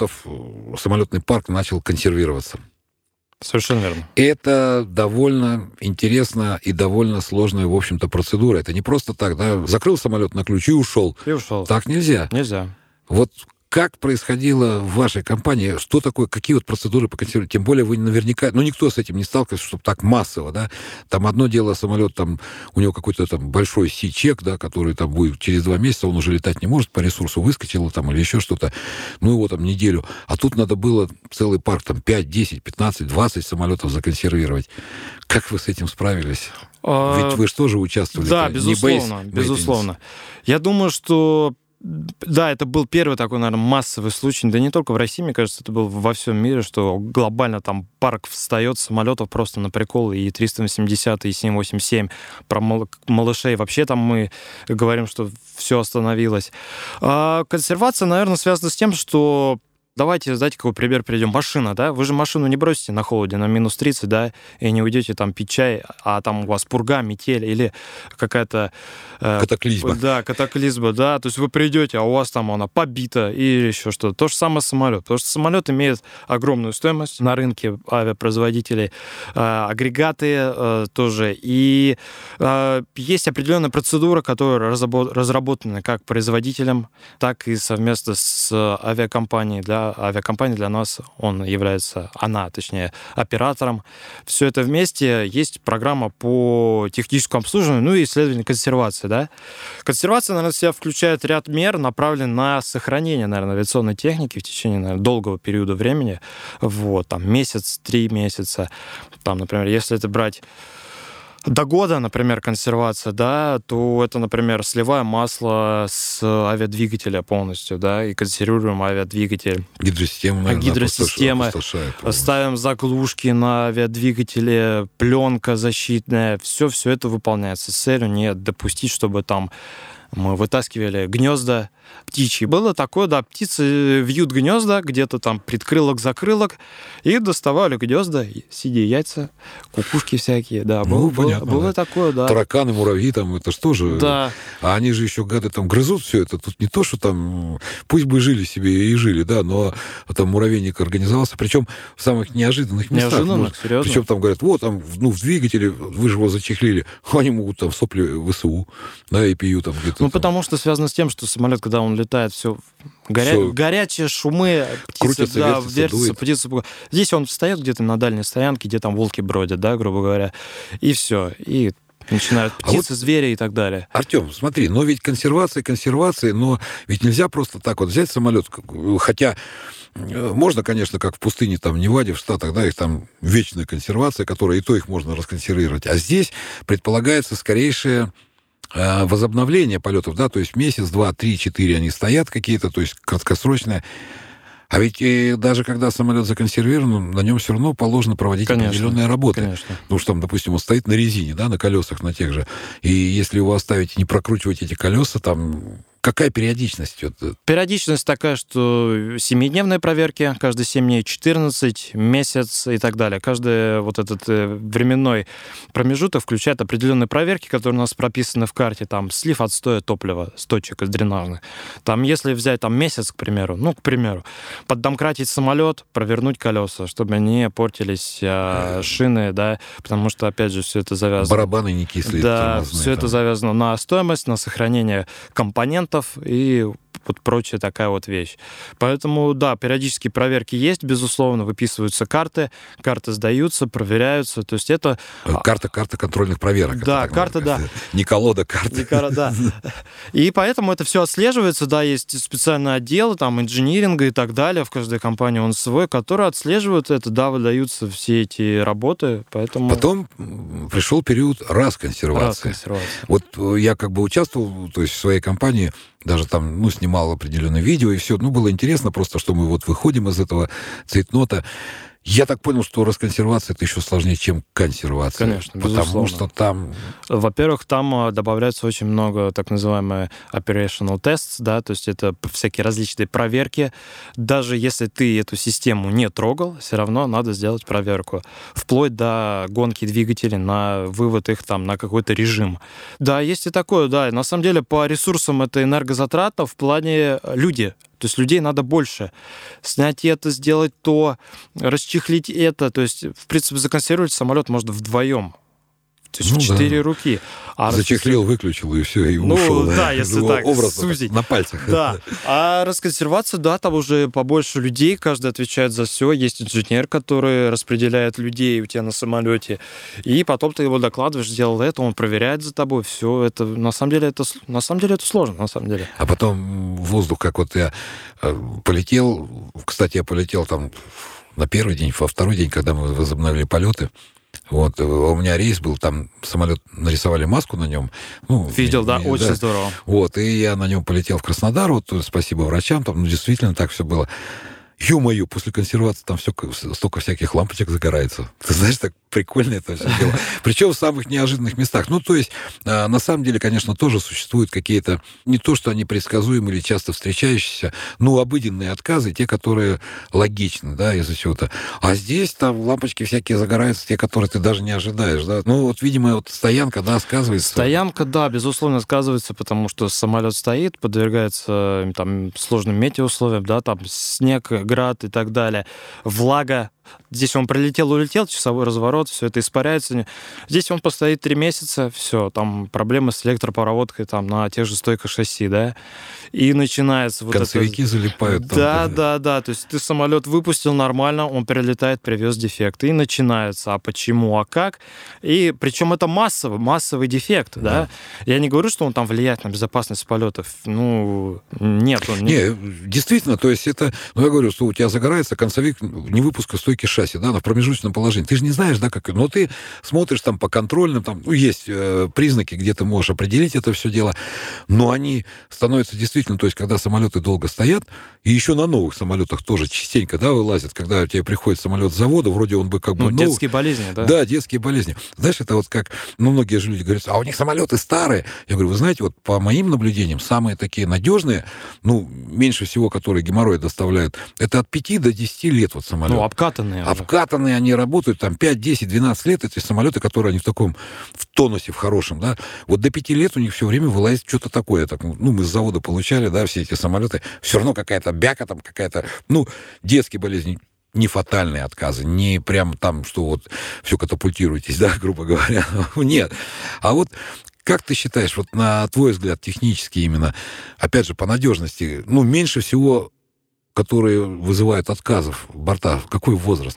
Speaker 1: самолетный парк начал консервироваться.
Speaker 2: Совершенно верно.
Speaker 1: Это довольно интересно и довольно сложная, в общем-то, процедура. Это не просто так, да, закрыл самолет на ключ и ушел. Так нельзя. Вот как происходило в вашей компании? Что такое, какие вот процедуры по консервации? Тем более вы наверняка... никто с этим не сталкивался, чтобы так массово, да? Там одно дело, самолет, там, у него какой-то там большой C-чек, да, который там будет через 2 месяца, он уже летать не может, по ресурсу выскочило там или еще что-то, его там неделю. А тут надо было целый парк, там, 5, 10, 15, 20 самолетов законсервировать. Как вы с этим справились? Ведь вы же тоже участвовали.
Speaker 2: Да, безусловно. Я думаю, что да, это был первый такой, наверное, массовый случай, да не только в России, мне кажется, это было во всем мире, что глобально там парк встает самолетов просто на прикол, и 380, и 787, про малышей вообще там мы говорим, что все остановилось. А консервация, наверное, связана с тем, что давайте, знаете, какой пример приведем. Машина, да? Вы же машину не бросите на холоде, на минус 30, да, и не уйдете там пить чай, а там у вас пурга, метель или какая-то...
Speaker 1: катаклизма.
Speaker 2: Да, катаклизма, да. То есть вы придете, а у вас там она побита или еще что-то. То же самое самолет. Потому что самолет имеет огромную стоимость на рынке авиапроизводителей, агрегаты тоже. И есть определенная процедура, которая разработана как производителем, так и совместно с авиакомпанией. Авиакомпания для нас, точнее, оператором. Все это вместе. Есть программа по техническому обслуживанию, и исследование консервации, да. Консервация, наверное, в себя включает ряд мер, направленных на сохранение, наверное, авиационной техники в течение, наверное, долгого периода времени. Там месяц, 3 месяца. Там, например, если это брать до года, например, консервация, да, то это, например, сливаем масло с авиадвигателя полностью, да, и консервируем авиадвигатель.
Speaker 1: Гидросистема,
Speaker 2: ставим заглушки на авиадвигателе, пленка защитная, все это выполняется с целью не допустить, чтобы там мы вытаскивали гнезда птичьи. Было такое, да, птицы вьют гнезда, где-то там предкрылок-закрылок, и доставали гнезда, сидя яйца, кукушки всякие, да. Было такое, да.
Speaker 1: Тараканы, муравьи, там, это что же?
Speaker 2: Да.
Speaker 1: А они же еще, гады, там грызут все это. Тут не то, что там, пусть бы жили себе и жили, да, но там муравейник организовался, причем в самых неожиданных местах.
Speaker 2: Серьезно.
Speaker 1: Причем там говорят, вот, там, в двигателе, вы же его зачехлили, они могут там сопли ВСУ, да, и пьют там где-то.
Speaker 2: Потому что связано с тем, что самолет, когда он летает, все горячие шумы, птицы, вертятся, птицы. Здесь он встает где-то на дальней стоянке, где там волки бродят, да, грубо говоря, и все, и начинают птицы, звери и так далее.
Speaker 1: Артем, смотри, но ведь консервация, но ведь нельзя просто так вот взять самолет, хотя можно, конечно, как в пустыне, там, в Неваде, в Штатах, да, их там вечная консервация, которая и то их можно расконсервировать, а здесь предполагается скорейшее возобновление полетов, да, то есть месяц, 2, 3, 4 они стоят какие-то, то есть краткосрочные. А ведь даже когда самолет законсервирован, на нем все равно положено проводить определенные работы.
Speaker 2: Конечно.
Speaker 1: Потому что там, допустим, он стоит на резине, да, на колесах, на тех же. И если его оставить и не прокручивать эти колеса, там какая периодичность идет?
Speaker 2: Периодичность такая, что 7-дневные проверки, каждые 7 дней 14, месяц и так далее. Каждый вот этот временной промежуток включает определенные проверки, которые у нас прописаны в карте. Там слив отстоя топлива с точек дренажных. Там, если взять там месяц, к примеру, поддомкратить самолет, провернуть колеса, чтобы не портились шины, да, потому что, опять же, все это завязано...
Speaker 1: Барабаны не кислые.
Speaker 2: Да, все это завязано на стоимость, на сохранение компонентов и вот прочая такая вот вещь. Поэтому, да, периодические проверки есть, безусловно, выписываются карты сдаются, проверяются, то есть это...
Speaker 1: Карта контрольных проверок.
Speaker 2: Да, карта, да.
Speaker 1: Не колода, карта.
Speaker 2: Да. И поэтому это все отслеживается, да, есть специальные отделы, там, инжиниринга и так далее, в каждой компании он свой, которые отслеживают это, да, выдаются все эти работы, поэтому...
Speaker 1: Потом пришел период расконсервации. Вот я как бы участвовал, то есть в своей компании, даже там, снимал определенное видео, и все. Было интересно просто, что мы вот выходим из этого цейтнота. Я так понял, что расконсервация это еще сложнее, чем консервация.
Speaker 2: Конечно,
Speaker 1: потому что там...
Speaker 2: Во-первых, там добавляется очень много так называемых operational tests, да, то есть это всякие различные проверки. Даже если ты эту систему не трогал, все равно надо сделать проверку. Вплоть до гонки двигателей на вывод их там на какой-то режим. Да, есть и такое, да. На самом деле по ресурсам это энергозатратно в плане люди. То есть людей надо больше. Снять это, сделать то, расчехлить это. То есть, в принципе, законсервировать самолет можно вдвоем. То есть в 4 руки.
Speaker 1: Зачехлил, выключил, и все, и ушел.
Speaker 2: Да, если так,
Speaker 1: образно,
Speaker 2: сузить.
Speaker 1: На пальцах.
Speaker 2: Да. А расконсервация, да, там уже побольше людей, каждый отвечает за все. Есть инженер, который распределяет людей у тебя на самолете. И потом ты его докладываешь, сделал это, он проверяет за тобой. Все это, на самом деле, это сложно, на самом деле.
Speaker 1: А потом воздух, как вот я полетел, кстати, я полетел там на первый день, во второй день, когда мы возобновили полеты. Вот, у меня рейс был, там самолет нарисовали маску на нем.
Speaker 2: Видел, да, очень здорово.
Speaker 1: Вот, и я на нем полетел в Краснодар, вот, спасибо врачам, там, действительно так все было. Ё-моё, после консервации там столько всяких лампочек загорается. Ты знаешь, так прикольно это все дело. Причем в самых неожиданных местах. То есть, на самом деле, конечно, тоже существуют какие-то, не то, что они предсказуемые или часто встречающиеся, обыденные отказы, те, которые логичны, да, из-за чего-то. А здесь там лампочки всякие загораются, те, которые ты даже не ожидаешь, да. Видимо, стоянка, да, сказывается.
Speaker 2: Стоянка, да, безусловно, сказывается, потому что самолет стоит, подвергается там сложным метеоусловиям, да, там снег, град и так далее, влага. Здесь он прилетел, улетел, часовой разворот, все это испаряется. Здесь он постоит 3 месяца, все, там проблемы с электропроводкой там на тех же стойках шасси, да, и начинается вот
Speaker 1: концевики залипают.
Speaker 2: Да, то есть ты самолет выпустил нормально, он прилетает, привез дефект, и начинается, а почему, а как, и причем это массовый дефект, да. Я не говорю, что он там влияет на безопасность полетов, нет.
Speaker 1: Не, действительно, то есть это, я говорю, что у тебя загорается концевик, не выпуска стоит стойке шасси, да, в промежуточном положении. Ты же не знаешь, да, как... Но ты смотришь там по контрольным, там, ну, есть признаки, где ты можешь определить это все дело, но они становятся действительно, то есть, когда самолеты долго стоят, и еще на новых самолетах тоже частенько, да, вылазят, когда у тебя приходит самолет с завода, вроде он бы как бы...
Speaker 2: детские болезни, да?
Speaker 1: Да, детские болезни. Знаешь, это вот как, ну, многие же люди говорят, а у них самолеты старые. Я говорю, вы знаете, вот по моим наблюдениям, самые такие надежные, ну, меньше всего, которые геморрой доставляют, это от 5 до 10 лет вот самолет.
Speaker 2: Ну, обкатанные.
Speaker 1: Обкатанные они работают, там, 5, 10, 12 лет, эти самолеты, которые они в таком, в тонусе, в хорошем, да. Вот до 5 лет у них все время вылазит что-то такое. Так, ну, мы с завода получали, да, все эти самолеты. Все равно какая-то бяка там, какая-то, ну, детские болезни, не фатальные отказы, не прям там, что вот все катапультируетесь, да, грубо говоря. Нет. А вот как ты считаешь, вот на твой взгляд, технически именно, опять же, по надежности, ну, меньше всего, которые вызывают отказов борта, какой возраст?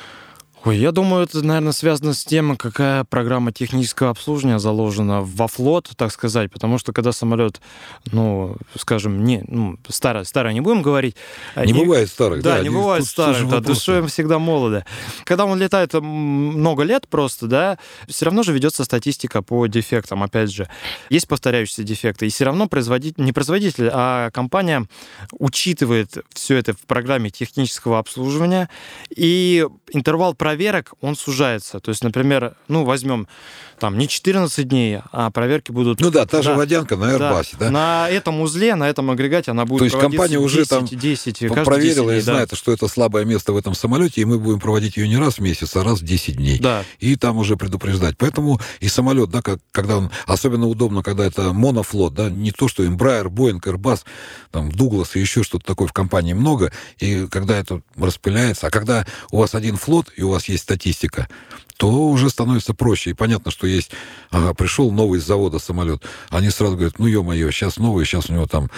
Speaker 2: Ой, я думаю, это, наверное, связано с тем, какая программа технического обслуживания заложена во флот, так сказать, потому что когда самолет, ну, скажем, старый не будем говорить.
Speaker 1: Не бывает старых,
Speaker 2: да. Не бывает старых, да, душой всегда молодо. Когда он летает много лет просто, да, все равно же ведется статистика по дефектам, опять же. Есть повторяющиеся дефекты, и все равно не производитель, а компания учитывает все это в программе технического обслуживания, и интервал проверок, он сужается. То есть, например, ну, возьмем там не 14 дней, а проверки будут...
Speaker 1: Ну да, та же водянка на Airbus, да?
Speaker 2: На этом узле, на этом агрегате она будет
Speaker 1: проводиться. То есть компания уже
Speaker 2: 10
Speaker 1: проверила
Speaker 2: 10
Speaker 1: и знает, что это слабое место в этом самолете, и мы будем проводить ее не раз в месяц, а раз в 10 дней.
Speaker 2: Да.
Speaker 1: И там уже предупреждать. Поэтому и самолет, да, когда он... Особенно удобно, когда это монофлот, да, не то, что Embraer, Boeing, Airbus, там, Douglas и еще что-то такое в компании много, и когда это распыляется, а когда у вас один флот, и у вас есть статистика, то уже становится проще. И понятно, что есть... пришел новый с завода самолет. Они сразу говорят, ну, ё-моё, сейчас новый, сейчас у него там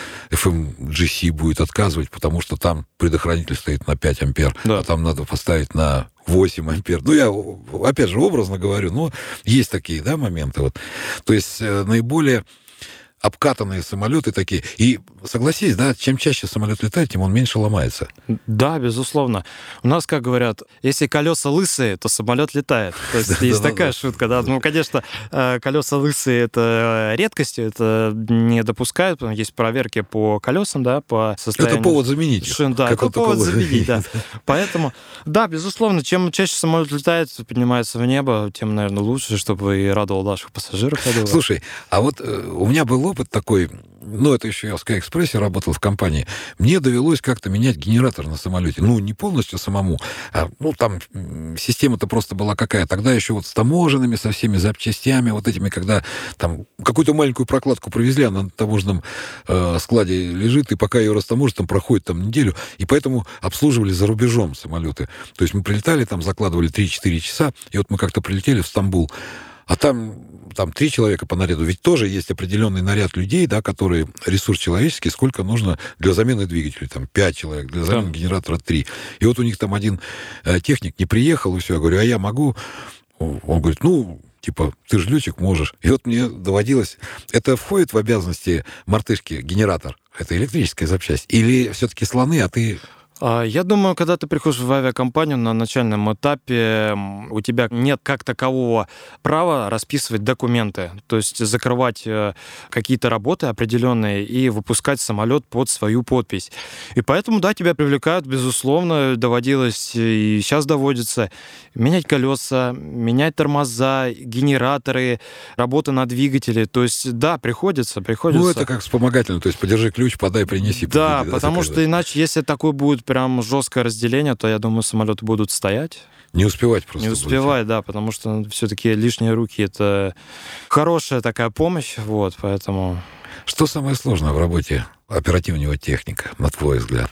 Speaker 1: FMGC будет отказывать, потому что там предохранитель стоит на 5 ампер, а там надо поставить на 8 ампер. Ну, я, опять же, образно говорю, но есть такие, да, моменты. Вот. То есть наиболее обкатанные самолеты такие. И согласись, да, чем чаще самолет летает, тем он меньше ломается.
Speaker 2: Да, безусловно. У нас, как говорят, если колеса лысые, то самолет летает. То есть есть такая шутка, да. Ну, конечно, колеса лысые — это редкость, это не допускают. Есть проверки по колесам, да, по состоянию...
Speaker 1: Это повод заменить их.
Speaker 2: Да, это повод заменить, да. Поэтому, да, безусловно, чем чаще самолет летает, поднимается в небо, тем, наверное, лучше, чтобы и радовал наших пассажиров.
Speaker 1: Слушай, а вот у меня был опыт такой, ну, это еще я в Sky-Express работал в компании, мне довелось как-то менять генератор на самолете. Ну, не полностью самому, ну, там система-то просто была какая. Тогда еще вот с таможенными, со всеми запчастями, вот этими, когда там какую-то маленькую прокладку привезли, она на таможенном складе лежит, и пока ее растаможат, там проходит там неделю, и поэтому обслуживали за рубежом самолеты. То есть мы прилетали, там закладывали 3-4 часа, и вот мы как-то прилетели в Стамбул, а там 3 человека по наряду. Ведь тоже есть определенный наряд людей, да, которые ресурс человеческий, сколько нужно для замены двигателей. Там 5 человек, для замены генератора 3. И вот у них там один техник не приехал, и все. Я говорю, а я могу? Он говорит, ну, типа, ты же летчик, можешь. И вот мне доводилось... Это входит в обязанности мартышки генератор? Это электрическая запчасть? Или все-таки слоны, а ты...
Speaker 2: Я думаю, когда ты приходишь в авиакомпанию на начальном этапе, у тебя нет как такового права расписывать документы, то есть закрывать какие-то работы определенные и выпускать самолет под свою подпись. И поэтому, да, тебя привлекают, безусловно, доводилось и сейчас доводится менять колеса, менять тормоза, генераторы, работа на двигателе. То есть, да, приходится.
Speaker 1: Ну, это как вспомогательно, то есть подержи ключ, подай, принеси.
Speaker 2: Да, потому что иначе, если такой будет прям жесткое разделение, то, я думаю, самолеты будут стоять.
Speaker 1: Не успевать просто.
Speaker 2: Не успевать, да, потому что все-таки лишние руки — это хорошая такая помощь, вот, поэтому...
Speaker 1: Что самое сложное в работе оперативного техника, на твой взгляд?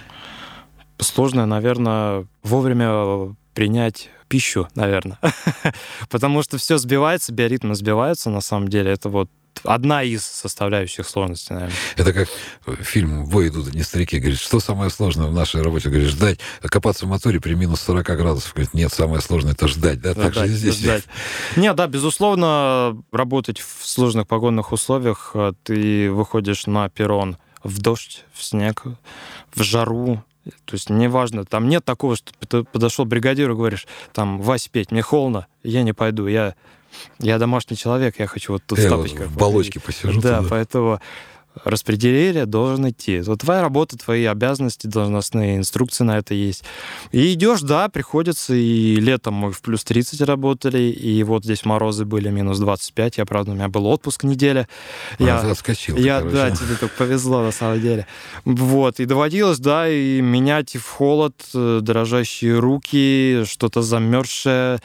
Speaker 2: Сложное, наверное, вовремя принять пищу, наверное. Потому что все сбивается, биоритмы сбиваются, на самом деле. Это вот одна из составляющих сложности, наверное.
Speaker 1: Это как фильм «Бой идут одни старики». Говорит, что самое сложное в нашей работе? Говорит, ждать, копаться в моторе при минус 40 градусов. Говорит, нет, самое сложное — это ждать. Да? Так же здесь.
Speaker 2: Ждать. Нет, да, безусловно, работать в сложных погодных условиях, ты выходишь на перрон в дождь, в снег, в жару, То есть неважно, там нет такого, что ты подошел к бригадиру и говоришь, там, Вась, Петь, мне холодно, я не пойду, я домашний человек, я хочу вот тут в тапочках.
Speaker 1: В балочке посижу.
Speaker 2: Да, поэтому распределили, должен идти. Вот твоя работа, твои обязанности должностные, инструкции на это есть. И идешь, да, приходится, и летом мы в плюс 30 работали, и вот здесь морозы были минус 25, правда, у меня был отпуск неделя.
Speaker 1: Отскочил.
Speaker 2: Да, тебе так повезло, на самом деле. Вот, и доводилось, да, и менять в холод, дрожащие руки, что-то замерзшее.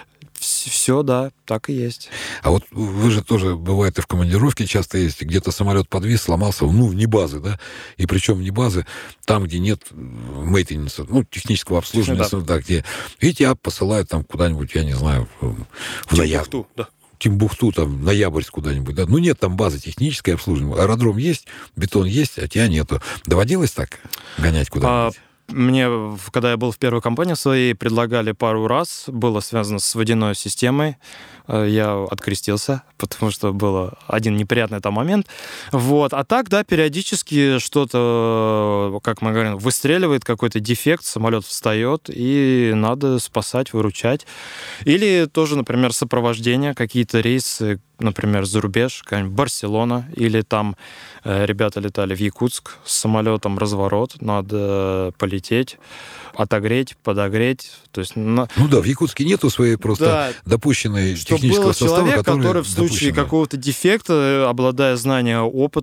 Speaker 2: Все, да, так и есть.
Speaker 1: А вот вы же тоже, бывает, и в командировке часто ездите, где-то самолет подвис, сломался, вне базы, да, и причем вне базы, там, где нет мейтенанса, технического обслуживания, да, где, и тебя посылают там куда-нибудь, я не знаю, в Ноябрь. Да. Тимбухту, там, Ноябрьск куда-нибудь, да. Нет там базы технической обслуживания, аэродром есть, бетон есть, а тебя нету. Доводилось так гонять куда-нибудь?
Speaker 2: Мне, когда я был в первой компании своей, предлагали пару раз, было связано с водяной системой. Я открестился, потому что был один неприятный там момент. Вот. А так, да, периодически что-то, как мы говорим, выстреливает, какой-то дефект, самолет встает, и надо спасать, выручать. Или тоже, например, сопровождение, какие-то рейсы, например, за рубеж, какая-нибудь Барселона, или там ребята летали в Якутск с самолетом, разворот, надо полететь, отогреть, подогреть. То есть,
Speaker 1: в Якутске нету своей просто допущенной технического состава,
Speaker 2: который в случае какого-то дефекта, обладая знанием,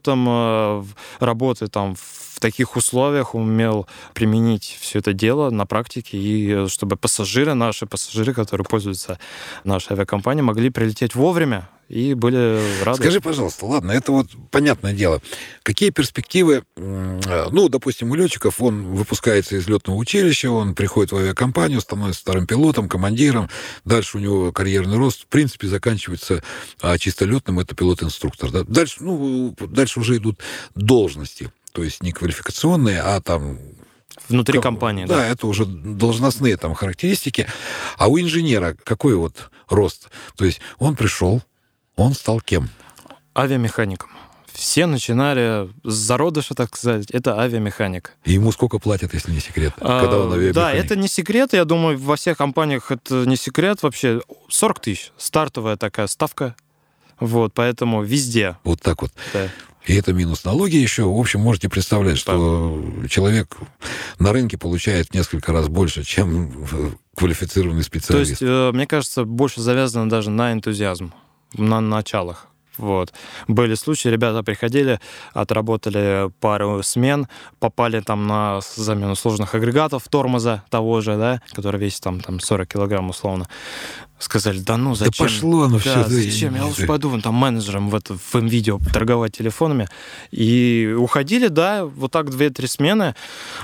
Speaker 2: опытом работы там в таких условиях, умел применить все это дело на практике, и чтобы наши пассажиры, которые пользуются нашей авиакомпанией, могли прилететь вовремя и были рады.
Speaker 1: Скажи, пожалуйста, ладно, это вот понятное дело. Какие перспективы, допустим, у летчиков, он выпускается из летного училища, он приходит в авиакомпанию, становится вторым пилотом, командиром, дальше у него карьерный рост, в принципе, заканчивается чисто летным, это пилот-инструктор. Да? Дальше уже идут должности, то есть не квалификационные, а там...
Speaker 2: Внутри компании, да.
Speaker 1: Да, это уже должностные там характеристики. А у инженера какой вот рост? То есть он пришел, он стал кем?
Speaker 2: Авиамехаником. Все начинали с зародыша, так сказать, это авиамеханик.
Speaker 1: И ему сколько платят, если не секрет, когда он авиамеханик?
Speaker 2: Да, это не секрет, я думаю, во всех компаниях это не секрет вообще. 40 тысяч, стартовая такая ставка, вот, поэтому везде.
Speaker 1: Вот так вот.
Speaker 2: Да.
Speaker 1: И это минус налоги еще. В общем, можете представлять, что человек на рынке получает в несколько раз больше, чем квалифицированный специалист.
Speaker 2: То есть, мне кажется, больше завязано даже на энтузиазм, на началах. Вот. Были случаи, ребята приходили, отработали пару смен, попали там на замену сложных агрегатов, тормоза того же, да, который весит там 40 килограмм условно. Сказали, зачем?
Speaker 1: Да пошло оно все.
Speaker 2: Зачем? Я лучше пойду там менеджером в МВидео торговать телефонами. И уходили, да, вот так 2-3 смены.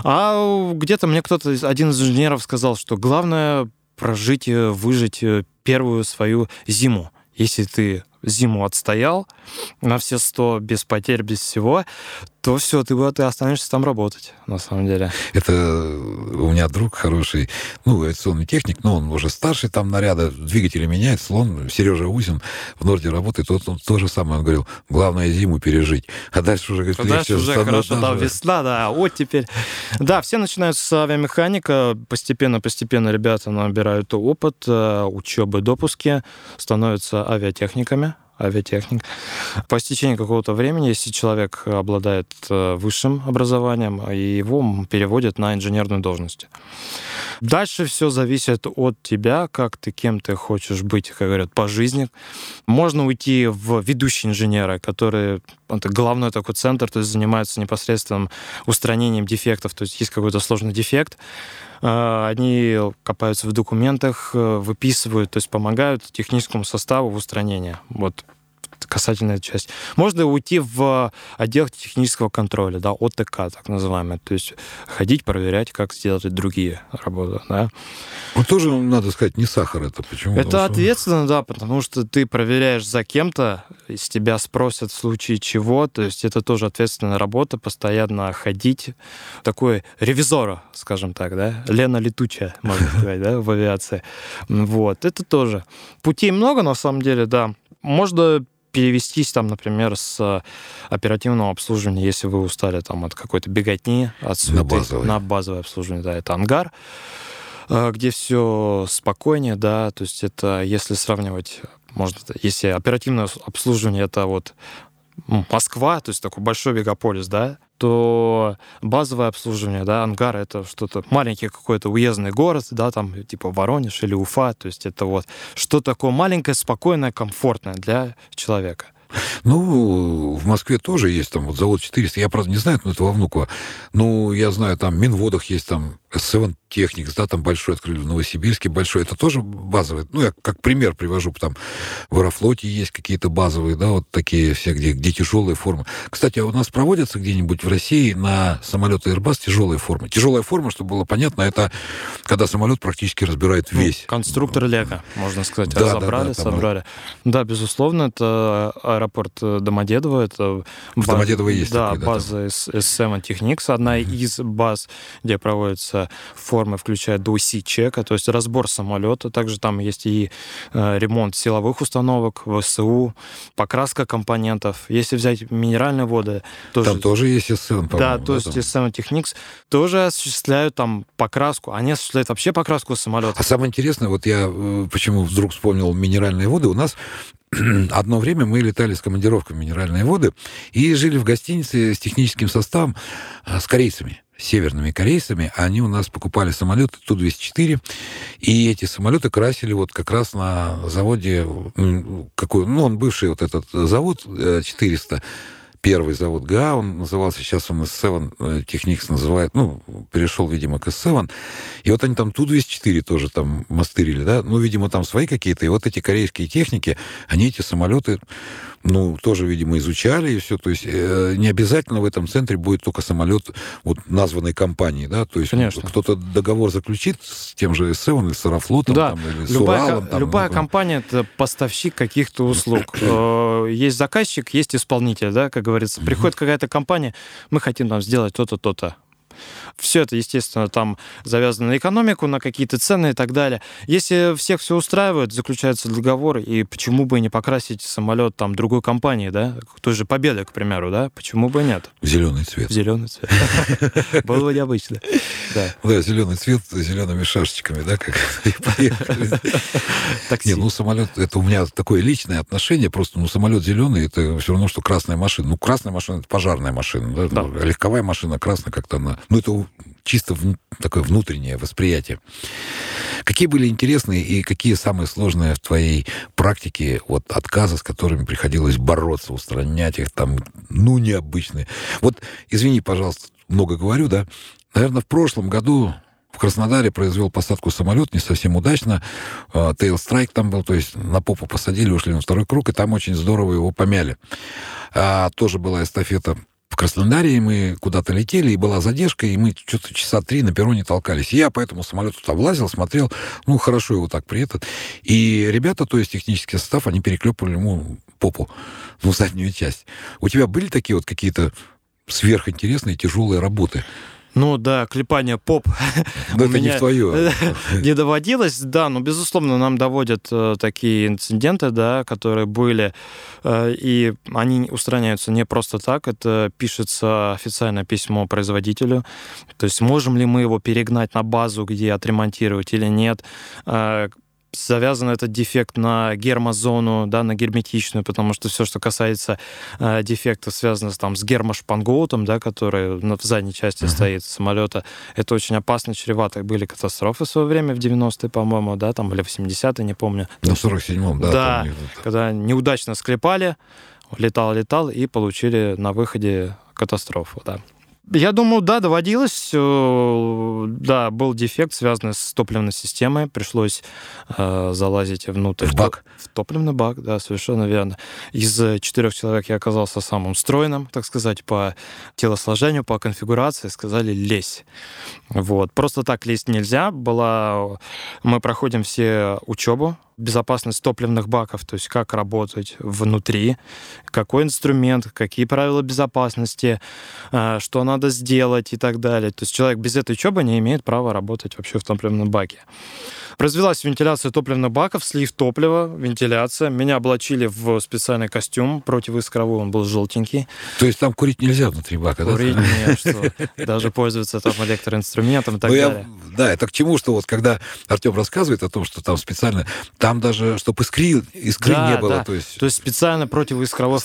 Speaker 2: А где-то мне один из инженеров сказал, что главное прожить, выжить первую свою зиму. Если ты зиму отстоял на все 100, без потерь, без всего, то все, ты останешься там работать, на самом деле.
Speaker 1: Это у меня друг хороший, авиационный техник, но он уже старший там наряда, двигатели меняет, Сережа Усин в Норде работает, он то же самое, он говорил, главное зиму пережить, а дальше уже, говорит,
Speaker 2: легче. Дальше уже хорошо, весна, да, вот теперь. Да, все начинают с авиамеханика, постепенно ребята набирают опыт, учебы, допуски, становятся авиатехниками. Авиатехник. По истечении какого-то времени, если человек обладает высшим образованием, его переводят на инженерную должность. Дальше все зависит от тебя, кем ты хочешь быть, как говорят, по жизни. Можно уйти в ведущие инженеры, которые... Это головной такой центр, то есть занимаются непосредственным устранением дефектов. То есть какой-то сложный дефект, они копаются в документах, выписывают, то есть помогают техническому составу в устранении. Вот касательно этой части. Можно уйти в отдел технического контроля, да, ОТК, так называемый. То есть ходить, проверять, как сделать другие работы. Да.
Speaker 1: Тоже, надо сказать, не сахар это. Почему?
Speaker 2: Это ответственно, да, потому что ты проверяешь за кем-то, с тебя спросят в случае чего, то есть это тоже ответственная работа, постоянно ходить. Такой ревизора, скажем так, да, Лена Летучая, можно сказать, да, в авиации. Вот, это тоже. Путей много, на самом деле, да. Можно перевестись там, например, с оперативного обслуживания, если вы устали там от какой-то беготни, от суеты, на базовое обслуживание, да, это ангар, где все спокойнее, да, то есть это, если сравнивать, может, если оперативное обслуживание это вот Москва, то есть такой большой мегаполис, да, то базовое обслуживание, да, ангар — это что-то маленький какой-то уездный город, да, там типа Воронеж или Уфа, то есть это вот что такое маленькое, спокойное, комфортное для человека.
Speaker 1: Ну, в Москве тоже есть там вот завод 400. Я, правда, не знаю, но это во Внуково. Ну, я знаю, там в Минводах есть там S7 Technics, да, там большой открыли в Новосибирске, большой. Это тоже базовые. Ну, я как пример привожу, там в Аэрофлоте есть какие-то базовые, да, вот такие все, где тяжелые формы. Кстати, а у нас проводятся где-нибудь в России на самолеты Airbus тяжелые формы. Тяжелая форма, чтобы было понятно, это когда самолет практически разбирает весь.
Speaker 2: Конструктор Лего, можно сказать. Да, разобрали, собрали. Да, безусловно, это аэропорт Домодедово. Это
Speaker 1: в Домодедово есть
Speaker 2: да,
Speaker 1: такой,
Speaker 2: база S7 Technics, одна из баз, где проводятся формы, включая до C-чека, то есть разбор самолета. Также там есть и ремонт силовых установок, ВСУ, покраска компонентов. Если взять минеральные воды...
Speaker 1: Там тоже есть S7, по-моему.
Speaker 2: Да, то есть S7 Technics тоже осуществляют там покраску. Они осуществляют вообще покраску самолета.
Speaker 1: А самое интересное, вот я почему вдруг вспомнил минеральные воды, у нас одно время мы летали с командировкой в минеральные воды и жили в гостинице с техническим составом, с корейцами, северными корейцами. Они у нас покупали самолеты Ту-204, и эти самолеты красили вот как раз на заводе, он бывший вот этот завод 400, первый завод ГА, он назывался, сейчас он S7 Technics называет, перешел, видимо, к S7. И вот они там Ту-204 тоже там мастырили, да, видимо, там свои какие-то. И вот эти корейские техники, они эти самолеты, тоже, видимо, изучали и все. То есть не обязательно в этом центре будет только самолет вот названной компании, да, то есть кто-то договор заключит с тем же S7 или с Аэрофлотом,
Speaker 2: да.
Speaker 1: там, или с Уралом.
Speaker 2: Любая компания — это поставщик каких-то услуг. Есть заказчик, есть исполнитель, да, как говорится. Приходит какая-то компания, мы хотим там сделать то-то, то-то. Все это, естественно, там завязано на экономику, на какие-то цены и так далее. Если всех все устраивает, заключается договор, и почему бы не покрасить самолет там другой компании, да, той же Победы, к примеру, да, почему бы нет?
Speaker 1: В зеленый цвет.
Speaker 2: В зеленый цвет. Было бы необычно.
Speaker 1: Да, зеленый цвет с зелеными шашечками, да, как и поехали. Не, самолет, это у меня такое личное отношение, просто, самолет зеленый, это все равно, что красная машина. Красная машина — это пожарная машина, да? Легковая машина красная как-то она... это чисто такое внутреннее восприятие. Какие были интересные и какие самые сложные в твоей практике вот отказы, с которыми приходилось бороться, устранять их там, необычные? Вот, извини, пожалуйста, много говорю, да? Наверное, в прошлом году в Краснодаре произвел посадку самолет не совсем удачно. Тейл-страйк там был, то есть на попу посадили, ушли на второй круг, и там очень здорово его помяли. Тоже была эстафета в Краснодаре, и мы куда-то летели, и была задержка, и мы что-то часа 3 на перроне толкались. И я по этому самолету туда влазил, смотрел, хорошо его так приедет. И ребята, то есть технический состав, они переклепывали ему попу, заднюю часть. У тебя были такие вот какие-то сверхинтересные тяжелые работы?
Speaker 2: Да, клепание поп.
Speaker 1: Но это не твое.
Speaker 2: Не доводилось, да, но, безусловно, нам доводят такие инциденты, да, которые были, и они устраняются не просто так, это пишется официальное письмо производителю, то есть можем ли мы его перегнать на базу, где отремонтировать или нет. Завязан этот дефект на гермозону, да, на герметичную, потому что все, что касается дефектов, связано с гермошпангоутом, да, который в задней части стоит самолета, это очень опасно, чревато. Были катастрофы в свое время, в 90-е, по-моему, да, там, или в 80-е, не помню.
Speaker 1: В 47-м, да.
Speaker 2: Да, когда неудачно склепали, летал, и получили на выходе катастрофу, да. Я думаю, да, доводилось. Да, был дефект, связанный с топливной системой. Пришлось залазить внутрь.
Speaker 1: В бак?
Speaker 2: В топливный бак, да, совершенно верно. Из 4 человек я оказался самым стройным, так сказать, по телосложению, по конфигурации. Сказали, лезь. Вот. Просто так лезть нельзя. Мы проходим все учебу, безопасность топливных баков, то есть как работать внутри, какой инструмент, какие правила безопасности, что надо сделать и так далее. То есть человек без этой учебы не имеет права работать вообще в топливном баке. Произвелась вентиляция топливных баков, слив топлива, вентиляция. Меня облачили в специальный костюм противоискровой, он был желтенький.
Speaker 1: То есть там курить нельзя внутри бака, да?
Speaker 2: Курить нет, что даже пользоваться там электроинструментом и так далее.
Speaker 1: Да, это к чему, что вот когда Артем рассказывает о том, что там специально, там даже, чтобы искры не было.
Speaker 2: Да. То есть специально противоискровой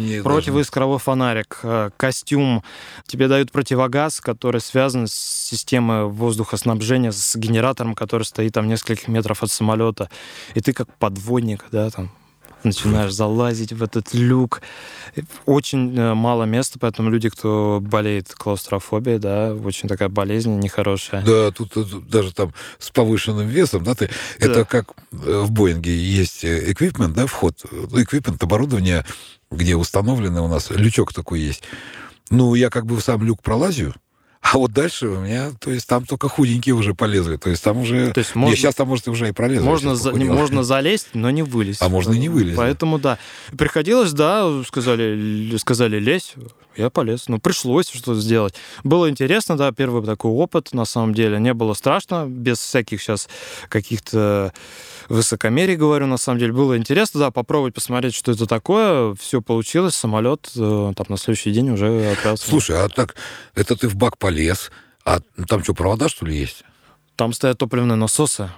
Speaker 2: фонарик, костюм. Тебе дают противогаз, который связан с системой воздухоснабжения, с генератором, который стоит там в нескольких метров от самолета. И ты как подводник, да, там начинаешь залазить в этот люк. Очень мало места, поэтому люди, кто болеет клаустрофобией, да, очень такая болезнь нехорошая.
Speaker 1: Да, тут даже там с повышенным весом, да, это как в Боинге есть эквипмент, да, вход, эквипмент, оборудование, где установленный у нас лючок такой есть. Ну, я как бы в сам люк пролазю, а вот дальше у меня, то есть там только худенькие уже полезли. То есть там уже... сейчас там, может, уже и пролезли.
Speaker 2: Можно залезть, но не вылезть.
Speaker 1: А можно и не вылезть.
Speaker 2: Поэтому, да. Приходилось, да, сказали, лезь. Я полез. Ну, пришлось что-то сделать. Было интересно, да, первый такой опыт, на самом деле. Не было страшно, без всяких сейчас каких-то высокомерий, говорю, на самом деле. Было интересно, да, попробовать, посмотреть, что это такое. Все получилось. Самолет там на следующий день уже отправился.
Speaker 1: Слушай, а так, это ты в бак полез, а там что, провода, что ли, есть?
Speaker 2: Там стоят топливные насосы,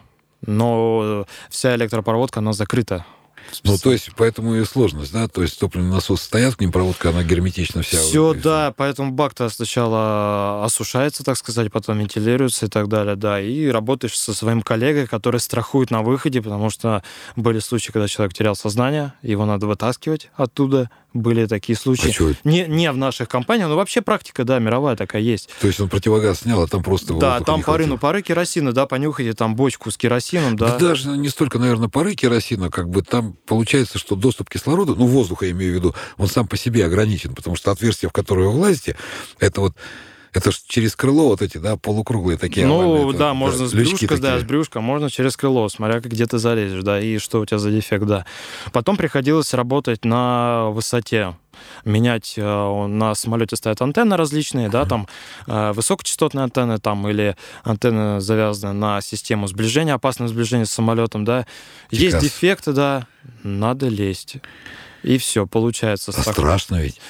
Speaker 2: но вся электропроводка, она закрыта.
Speaker 1: Ну, то есть, поэтому и сложность, да? То есть топливные насосы стоят, к ним проводка, она герметична вся.
Speaker 2: Все, да, поэтому бак-то сначала осушается, так сказать, потом вентилируется и так далее, да, и работаешь со своим коллегой, который страхует на выходе, потому что были случаи, когда человек терял сознание, его надо вытаскивать оттуда. Были такие случаи. Не в наших компаниях, но вообще практика, да, мировая такая есть.
Speaker 1: То есть он противогаз снял, а там просто...
Speaker 2: Да, там пары керосина, да, понюхайте, там бочку с керосином, да.
Speaker 1: Да даже не столько, наверное, пары керосина, как бы там получается, что доступ кислорода, ну, воздуха я имею в виду, он сам по себе ограничен, потому что отверстие, в которое вы влазите, это ж через крыло вот эти, да, полукруглые такие.
Speaker 2: Ну, да, можно с брюшка, да, с брюшка, можно через крыло, смотря где ты залезешь, да, и что у тебя за дефект, да. Потом приходилось работать на высоте. Менять, на самолете стоят антенны различные, да, там высокочастотные антенны, там, или антенны завязаны на систему сближения, опасное сближение с самолетом, да. Есть дефекты, да, надо лезть. И все, получается.
Speaker 1: Страшно ведь.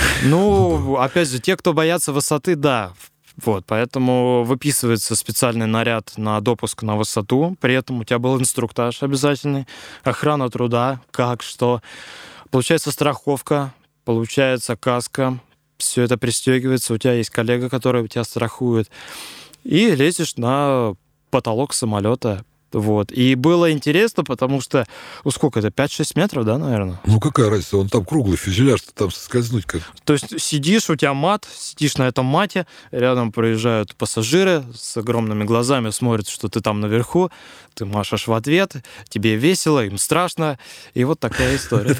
Speaker 2: Ну, опять же, те, кто боятся высоты, да. Вот, поэтому выписывается специальный наряд на допуск на высоту. При этом у тебя был инструктаж обязательный, охрана труда, как, что. Получается страховка, получается каска. Все это пристегивается. У тебя есть коллега, который тебя страхует. И лезешь на потолок самолета. Вот. И было интересно, потому что, сколько это, 5-6 метров, да, наверное?
Speaker 1: Ну, какая разница, он там круглый фюзеляж, что там соскользнуть как.
Speaker 2: То есть сидишь, у тебя мат, сидишь на этом мате, рядом проезжают пассажиры с огромными глазами, смотрят, что ты там наверху, ты машешь в ответ, тебе весело, им страшно, и вот такая история.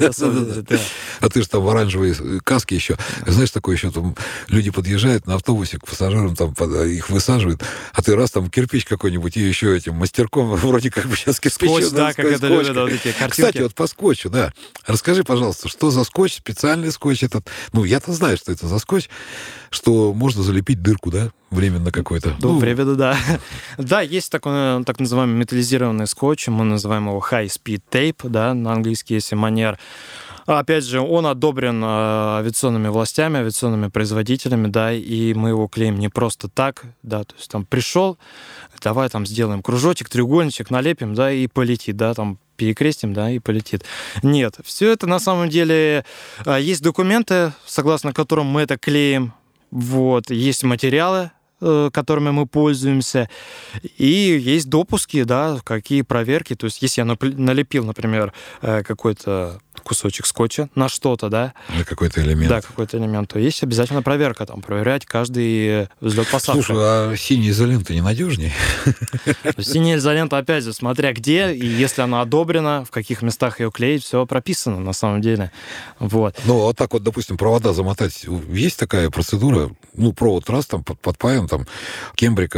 Speaker 1: А ты же там в оранжевой каске еще, знаешь, такое еще, там люди подъезжают на автобусе к пассажирам, там их высаживают, а ты раз там кирпич какой-нибудь, и еще этим мастерком вроде как бы сейчас кирпич.
Speaker 2: Скотч, да, как это любят вот эти картинки.
Speaker 1: Кстати, вот по скотчу, да. Расскажи, пожалуйста, что за скотч, специальный скотч этот? Ну, я-то знаю, что это за скотч, что можно залепить дырку, да, временно какой-то.
Speaker 2: Временно, да. Да, есть такой так называемый металлизированный скотч, мы называем его high-speed tape, да, на английский есть манер. Опять же, он одобрен авиационными властями, авиационными производителями, да, и мы его клеим не просто так, да, то есть там пришел, давай там сделаем кружочек, треугольничек, налепим, да, и полетит, да, там перекрестим, да, и полетит. Нет, все это на самом деле есть документы, согласно которым мы это клеим, вот, есть материалы, которыми мы пользуемся, и есть допуски, да, какие проверки, то есть если я налепил, например, какой-то кусочек скотча на что-то, да.
Speaker 1: На какой-то элемент.
Speaker 2: Да, какой-то элемент, то есть обязательно проверка, там, проверять каждый взлет-посадку.
Speaker 1: Слушай, а синяя изолента не надежнее?
Speaker 2: Синяя изолента, опять же, смотря где, и если она одобрена, в каких местах ее клеить, все прописано на самом деле. Вот.
Speaker 1: Ну, вот так вот, допустим, провода замотать, есть такая процедура? Ну, провод раз там подпаян, там, кембрика,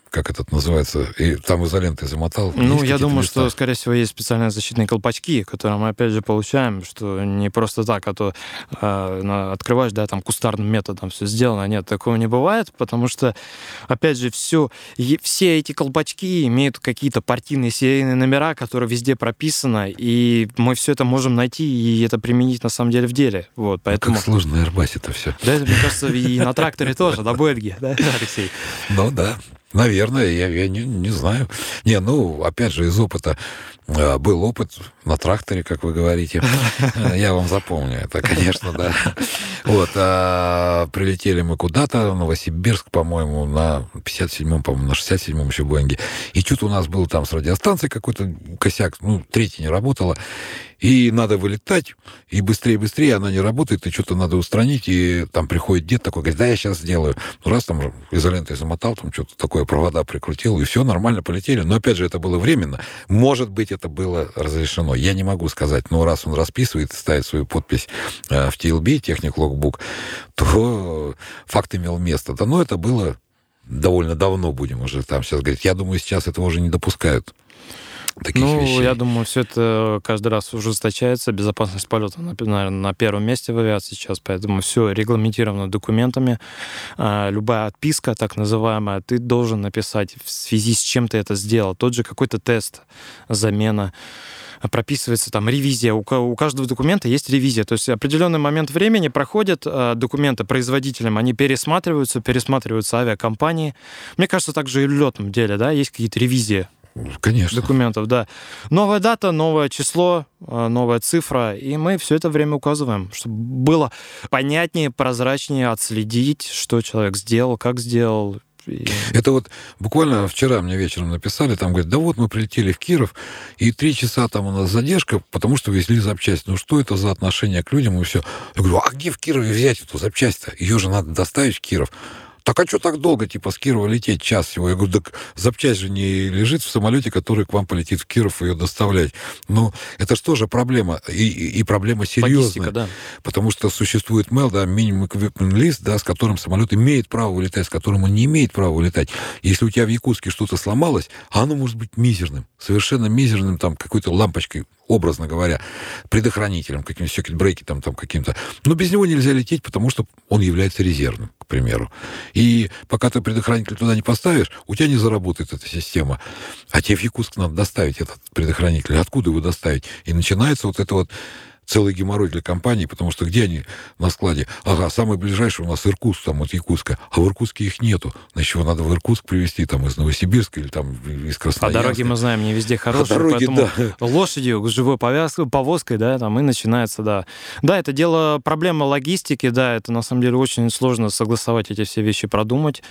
Speaker 1: как этот называется, и там изолентой замотал.
Speaker 2: Ну, я думаю, что, скорее всего, есть специальные защитные колпачки, которые мы, опять же, получаем, что не просто так, а то открываешь, да, там кустарным методом все сделано. Нет, такого не бывает, потому что, опять же, все эти колпачки имеют какие-то партийные серийные номера, которые везде прописаны, и мы все это можем найти и это применить, на самом деле, в деле. Вот, поэтому...
Speaker 1: Как сложно на Airbus это все.
Speaker 2: Да, это, мне кажется, и на тракторе тоже, на Бельгии, да, Алексей?
Speaker 1: Ну, да. Наверное, я не знаю. Не, ну, опять же, из опыта. Был опыт на тракторе, как вы говорите. Я вам запомню это, конечно, да. Вот. Прилетели мы куда-то, в Новосибирск, по-моему, на 57-м, по-моему, на 67-м еще Боинге. И что-то у нас был там с радиостанцией какой-то косяк, ну, третья не работала. И надо вылетать, и быстрее она не работает, и что-то надо устранить, и там приходит дед такой, говорит, да, я сейчас сделаю. Ну, раз там изолентой замотал, там что-то такое, провода прикрутил, и все, нормально полетели. Но, опять же, это было временно. Может быть, это было разрешено. Я не могу сказать. Но раз он расписывает, ставит свою подпись в TLB, Technic Logbook, то факт имел место. Да, но это было довольно давно, будем уже там сейчас говорить. Я думаю, сейчас этого уже не допускают.
Speaker 2: Вещей. Я думаю, все это каждый раз ужесточается. Безопасность полета, наверное, на первом месте в авиации сейчас, поэтому все регламентировано документами. Любая отписка, так называемая, ты должен написать в связи с чем ты это сделал. Тот же какой-то тест, замена. Прописывается там ревизия. У каждого документа есть ревизия. То есть определенный момент времени проходят документы производителям, они пересматриваются авиакомпании. Мне кажется, также и в летном деле, да, есть какие-то ревизии.
Speaker 1: Конечно.
Speaker 2: Документов, да. Новая дата, новое число, новая цифра, и мы все это время указываем, чтобы было понятнее, прозрачнее отследить, что человек сделал, как сделал.
Speaker 1: Это вот буквально вчера мне вечером написали, там говорят, да вот мы прилетели в Киров, и 3 часа там у нас задержка, потому что везли запчасть. Ну что это за отношение к людям и все? Я говорю, а где в Кирове взять эту запчасть-то? Ее же надо доставить в Киров. Так а что так долго, типа, с Кирова лететь час всего? Я говорю, так запчасть же не лежит в самолете, который к вам полетит в Киров, ее доставлять. Ну, это же тоже проблема, и проблема серьезная.
Speaker 2: Логистика, да.
Speaker 1: Потому что существует MEL, да, Minimum Equipment List, да, с которым самолет имеет право вылетать, с которым он не имеет права вылетать. Если у тебя в Якутске что-то сломалось, оно может быть мизерным, совершенно мизерным, там, какой-то лампочкой, образно говоря, предохранителем, каким-то секонд-брейки там каким-то. Но без него нельзя лететь, потому что он является резервным, к примеру. И пока ты предохранитель туда не поставишь, у тебя не заработает эта система. А тебе в Якутск надо доставить этот предохранитель. Откуда его доставить? И начинается вот это вот целый геморрой для компании, потому что где они на складе? Ага, самый ближайший у нас Иркутск, там, от Якутска. А в Иркутске их нету. Значит, его надо в Иркутск привезти, там, из Новосибирска или там из Красноярска.
Speaker 2: А дороги, мы знаем, не везде хорошие, дороги, поэтому да. Лошадью, живой повозкой, да, там и начинается, да. Да, это дело, проблема логистики, да, это на самом деле очень сложно согласовать эти все вещи, продумать.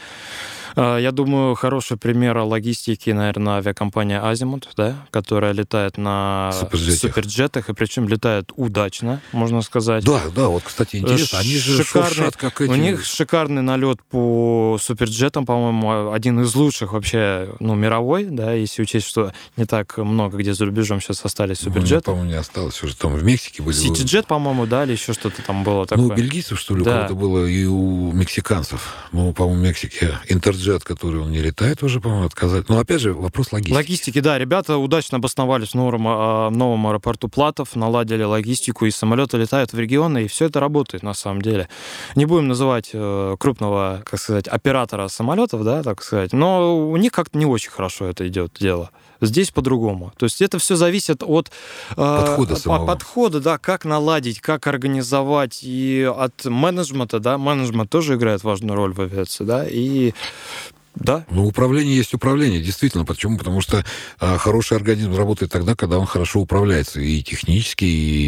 Speaker 2: Я думаю, хороший пример логистики, наверное, авиакомпания «Азимут», да, которая летает на суперджетах, и причем летает удачно, можно сказать.
Speaker 1: Да, вот, кстати, интересно. Они же шуршат, как эти...
Speaker 2: У них шикарный налет по суперджетам, по-моему, один из лучших вообще, мировой, да, если учесть, что не так много где за рубежом сейчас остались суперджеты.
Speaker 1: По-моему, не осталось. Уже там в Мексике были...
Speaker 2: Ситиджет, по-моему, да, или еще что-то там было такое.
Speaker 1: У бельгийцев, что ли, да. У кого-то было, и у мексиканцев. По-моему, в Мексике Интерджет, который он не летает уже, по-моему, отказать. Но, опять же, вопрос логистики.
Speaker 2: Логистики, да. Ребята удачно обосновались в новом аэропорту Платов, наладили логистику, и самолеты летают в регионы, и все это работает, на самом деле. Не будем называть крупного, как сказать, оператора самолетов, да, так сказать, но у них как-то не очень хорошо это идет дело. Здесь по-другому. То есть это все зависит от подхода, да, как наладить, как организовать, и от менеджмента, да, менеджмент тоже играет важную роль в авиации, да, и да.
Speaker 1: Управление есть управление, действительно. Почему? Потому что хороший организм работает тогда, когда он хорошо управляется. И технически,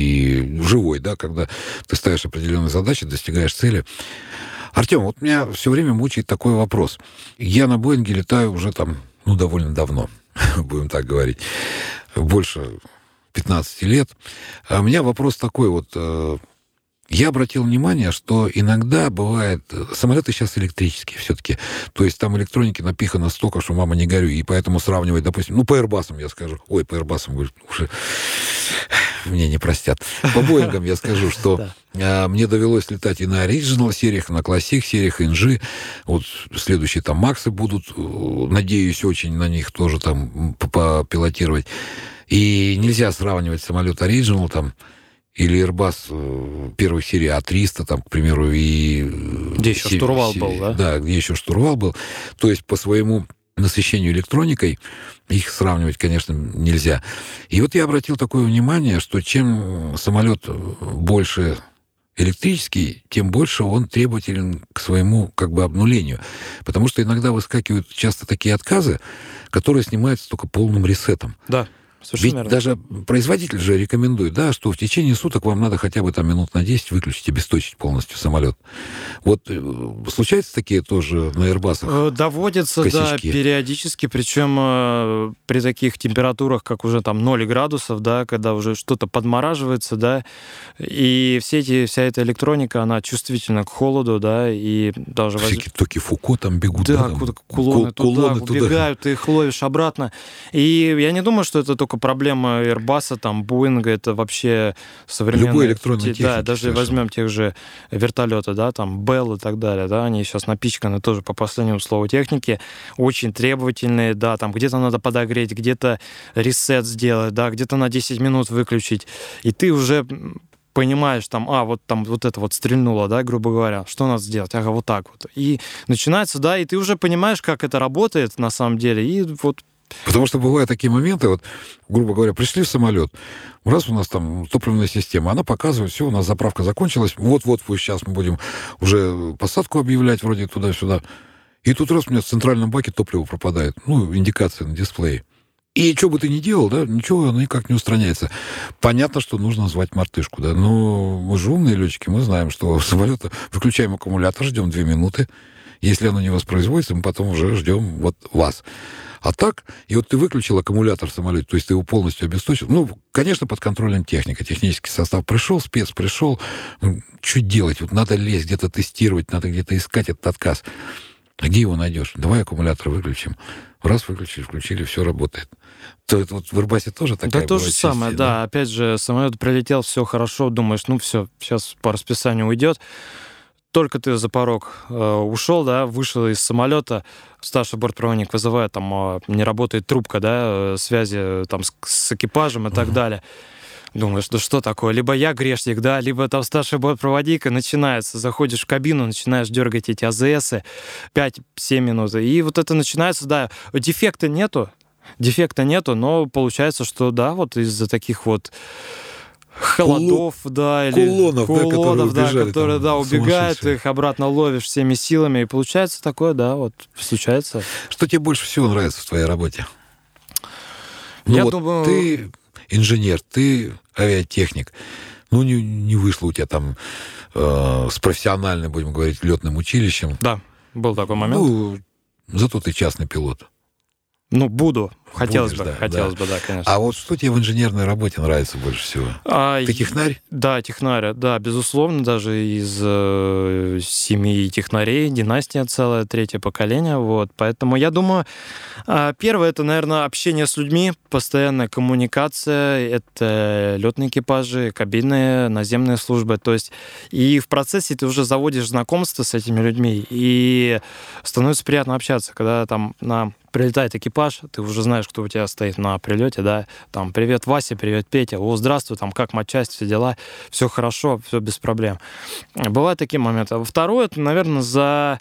Speaker 1: и живой, да, когда ты ставишь определенные задачи, достигаешь цели. Артем, вот меня все время мучает такой вопрос. Я на Боинге летаю уже там, довольно давно, будем так говорить, больше 15 лет. А у меня вопрос такой вот... Я обратил внимание, что иногда бывает... Самолеты сейчас электрические все-таки. То есть там электроники напихано столько, что мама не горюй. И поэтому сравнивать, допустим... по Airbus'ам я скажу. Ой, по Airbus'ам, говорю, уже... мне не простят. По Боингам я скажу, что мне довелось летать и на Original сериях, и на Classic сериях, NG. Вот следующие там Максы будут. Надеюсь очень на них тоже там попилотировать. И нельзя сравнивать самолет Original там или Airbus первых серий А300, там, к примеру, и...
Speaker 2: Где еще штурвал был, да?
Speaker 1: Да, где еще штурвал был. То есть по своему насыщению электроникой их сравнивать, конечно, нельзя. И вот я обратил такое внимание, что чем самолет больше электрический, тем больше он требователен к своему как бы обнулению. Потому что иногда выскакивают часто такие отказы, которые снимаются только полным ресетом.
Speaker 2: Да.
Speaker 1: Ведь даже производитель же рекомендует, да, что в течение суток вам надо хотя бы там минут на 10 выключить, обесточить полностью самолет. Вот случаются такие тоже на Airbus'ах?
Speaker 2: Доводится,
Speaker 1: косячки?
Speaker 2: Да, периодически, причем при таких температурах, как уже там 0 градусов, да, когда уже что-то подмораживается, да, и вся эта электроника, она чувствительна к холоду, да, и даже...
Speaker 1: Всякие токи Фуко там бегут.
Speaker 2: Да, кулоны туда убегают, ты их ловишь обратно. И я не думаю, что это только проблема Airbus, там, Boeing, это вообще современные...
Speaker 1: Любой электронной техники.
Speaker 2: Да, даже совершенно. Возьмем тех же вертолеты, да, там, Bell и так далее, да, они сейчас напичканы тоже по последнему слову техники, очень требовательные, да, там, где-то надо подогреть, где-то ресет сделать, да, где-то на 10 минут выключить, и ты уже понимаешь, там вот это вот стрельнуло, да, грубо говоря, что надо сделать? Ага, вот так вот. И начинается, да, и ты уже понимаешь, как это работает на самом деле, и вот.
Speaker 1: Потому что бывают такие моменты, вот, грубо говоря, пришли в самолет, раз у нас там топливная система, она показывает, все, у нас заправка закончилась, вот-вот сейчас мы будем уже посадку объявлять вроде туда-сюда, и тут раз у меня в центральном баке топливо пропадает, индикация на дисплее. И что бы ты ни делал, да, ничего, оно никак не устраняется. Понятно, что нужно звать мартышку, да, но мы же умные летчики, мы знаем, что в самолете выключаем аккумулятор, ждем 2 минуты, если оно не воспроизводится, мы потом уже ждем вот вас. А так, и вот ты выключил аккумулятор в самолете, то есть ты его полностью обесточил. Конечно, под контролем техника. Технический состав пришел, спец пришел. Что делать? Вот надо лезть, где-то тестировать, надо где-то искать этот отказ. А где его найдешь? Давай аккумулятор выключим. Раз выключили, включили, все работает. То это вот в Airbus тоже такая.
Speaker 2: Да, то же самое, да. Опять же, самолет прилетел, все хорошо, думаешь, все, сейчас по расписанию уйдет. Только ты за порог ушел, да, вышел из самолета, старший бортпроводник вызывает, там не работает трубка, да, связи там с экипажем и так далее. Думаешь, да что такое? Либо я грешник, да, либо там старший бортпроводник, и начинается, заходишь в кабину, начинаешь дергать эти АЗСы 5-7 минут, и вот это начинается, да, дефекта нету, но получается, что, да, вот из-за таких вот холодов, да, или
Speaker 1: кулонов, да,
Speaker 2: которые убегают, ты их обратно ловишь всеми силами, и получается такое, да, вот случается.
Speaker 1: Что тебе больше всего нравится в твоей работе?
Speaker 2: Я думаю...
Speaker 1: Ты инженер, ты авиатехник. Не вышло у тебя там с профессиональным, будем говорить, летным училищем.
Speaker 2: Да, был такой момент.
Speaker 1: Зато ты частный пилот.
Speaker 2: Буду. Хотелось бы, конечно.
Speaker 1: А вот что тебе в инженерной работе нравится больше всего? Ты технарь?
Speaker 2: Да, технарь, да, безусловно, даже из семьи технарей, династия целая, 3-е поколение, вот. Поэтому я думаю, первое, это, наверное, общение с людьми, постоянная коммуникация, это летные экипажи, кабинные, наземные службы, то есть и в процессе ты уже заводишь знакомство с этими людьми, и становится приятно общаться, когда там прилетает экипаж, ты уже знаешь, кто у тебя стоит на прилете, да, там, привет, Вася, привет, Петя, здравствуй, там, как матчасть, все дела, все хорошо, все без проблем. Бывают такие моменты. Второе, это, наверное, за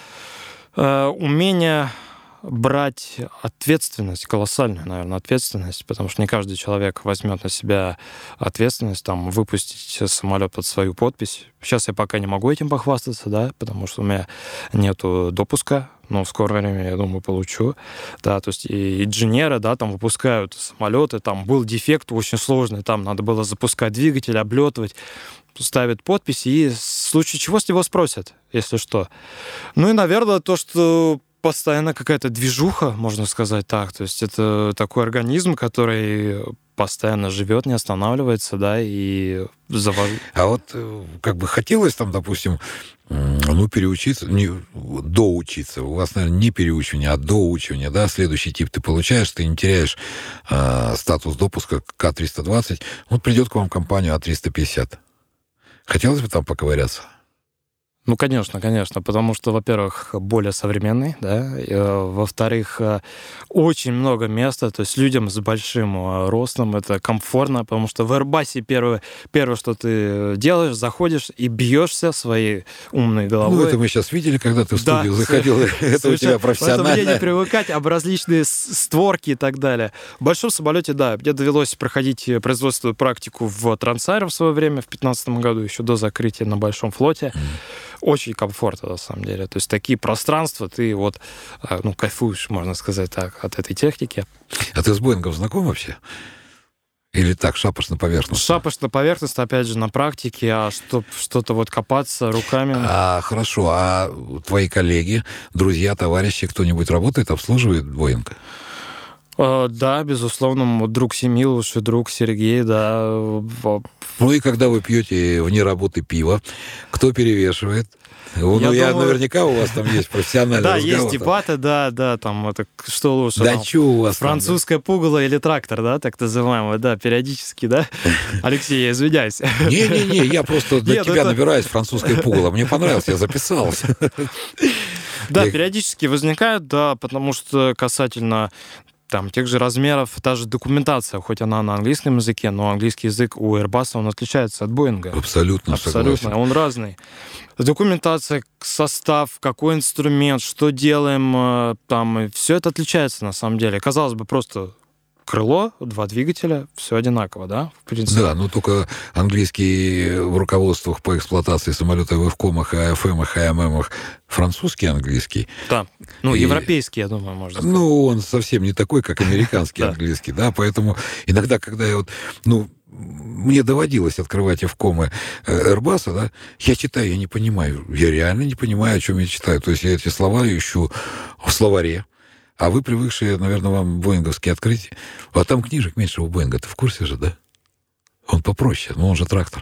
Speaker 2: умение брать ответственность, колоссальную, наверное, ответственность, потому что не каждый человек возьмет на себя ответственность, там, выпустить самолет под свою подпись. Сейчас я пока не могу этим похвастаться, да, потому что у меня нету допуска, но в скорое время, я думаю, получу. Да, то есть и инженеры, да, там выпускают самолеты, там был дефект очень сложный, там надо было запускать двигатель, облетывать, ставят подпись, и в случае чего с него спросят, если что. И, наверное, то, что постоянно какая-то движуха, можно сказать так. То есть это такой организм, который постоянно живет, не останавливается, да, и завожу.
Speaker 1: А вот как бы хотелось там, допустим, переучиться, доучиться. У вас, наверное, не переучивание, а доучивание, да, следующий тип ты получаешь, ты не теряешь статус допуска к А320, вот придет к вам компания А350. Хотелось бы там поковыряться?
Speaker 2: Ну, конечно, потому что, во-первых, более современный, да, во-вторых, очень много места, то есть людям с большим ростом это комфортно, потому что в Airbus первое, что ты делаешь, заходишь и бьешься своей умной головой.
Speaker 1: Ну, это мы сейчас видели, когда ты в студию заходил, это у тебя профессионально.
Speaker 2: Поэтому мне не привыкать, об различные створки и так далее. В большом самолете, да, мне довелось проходить производственную практику в Трансайре в свое время, в 2015 году, еще до закрытия на Большом флоте. Очень комфортно, на самом деле. То есть такие пространства, ты вот, кайфуешь, можно сказать так, от этой техники.
Speaker 1: А ты с Боингом знаком вообще? Или так, шапошно поверхностно?
Speaker 2: Шапошно поверхностно, опять же, на практике, а чтоб что-то вот копаться руками...
Speaker 1: Хорошо, а твои коллеги, друзья, товарищи, кто-нибудь работает, обслуживает Боинг?
Speaker 2: Да, безусловно, друг семьи, лучший друг Сергей, да.
Speaker 1: Ну и когда вы пьете вне работы пиво, кто перевешивает? Я думаю, наверняка у вас там есть профессиональный разговор.
Speaker 2: Да, есть дебаты, да, там это что лучше?
Speaker 1: Да, что у вас
Speaker 2: французское пугало или трактор, да, так называемое, да, периодически, да? Алексей, я извиняюсь.
Speaker 1: Не-не-не, я просто для тебя набираюсь французское пугало. Мне понравилось, я записался.
Speaker 2: Да, периодически возникают, да, потому что касательно там тех же размеров, та же документация, хоть она на английском языке, но английский язык у Airbus, он отличается от Боинга.
Speaker 1: Абсолютно согласен.
Speaker 2: Он разный. Документация, состав, какой инструмент, что делаем, там, все это отличается на самом деле. Казалось бы, просто крыло, 2 двигателя, все одинаково, да, в принципе?
Speaker 1: Да, но только английский в руководствах по эксплуатации самолета в ФКОМах, АФМах, АММах французский, английский.
Speaker 2: Да, европейский, я думаю, можно сказать.
Speaker 1: Он совсем не такой, как американский английский, да, поэтому иногда, когда я мне доводилось открывать ФКОМы Airbus, да, я читаю, я не понимаю, я реально не понимаю, о чем я читаю. То есть я эти слова ищу в словаре. А вы привыкшие, наверное, вам боинговские открыть. А там книжек меньше у Боинга. Ты в курсе же, да? Он попроще, но он же трактор.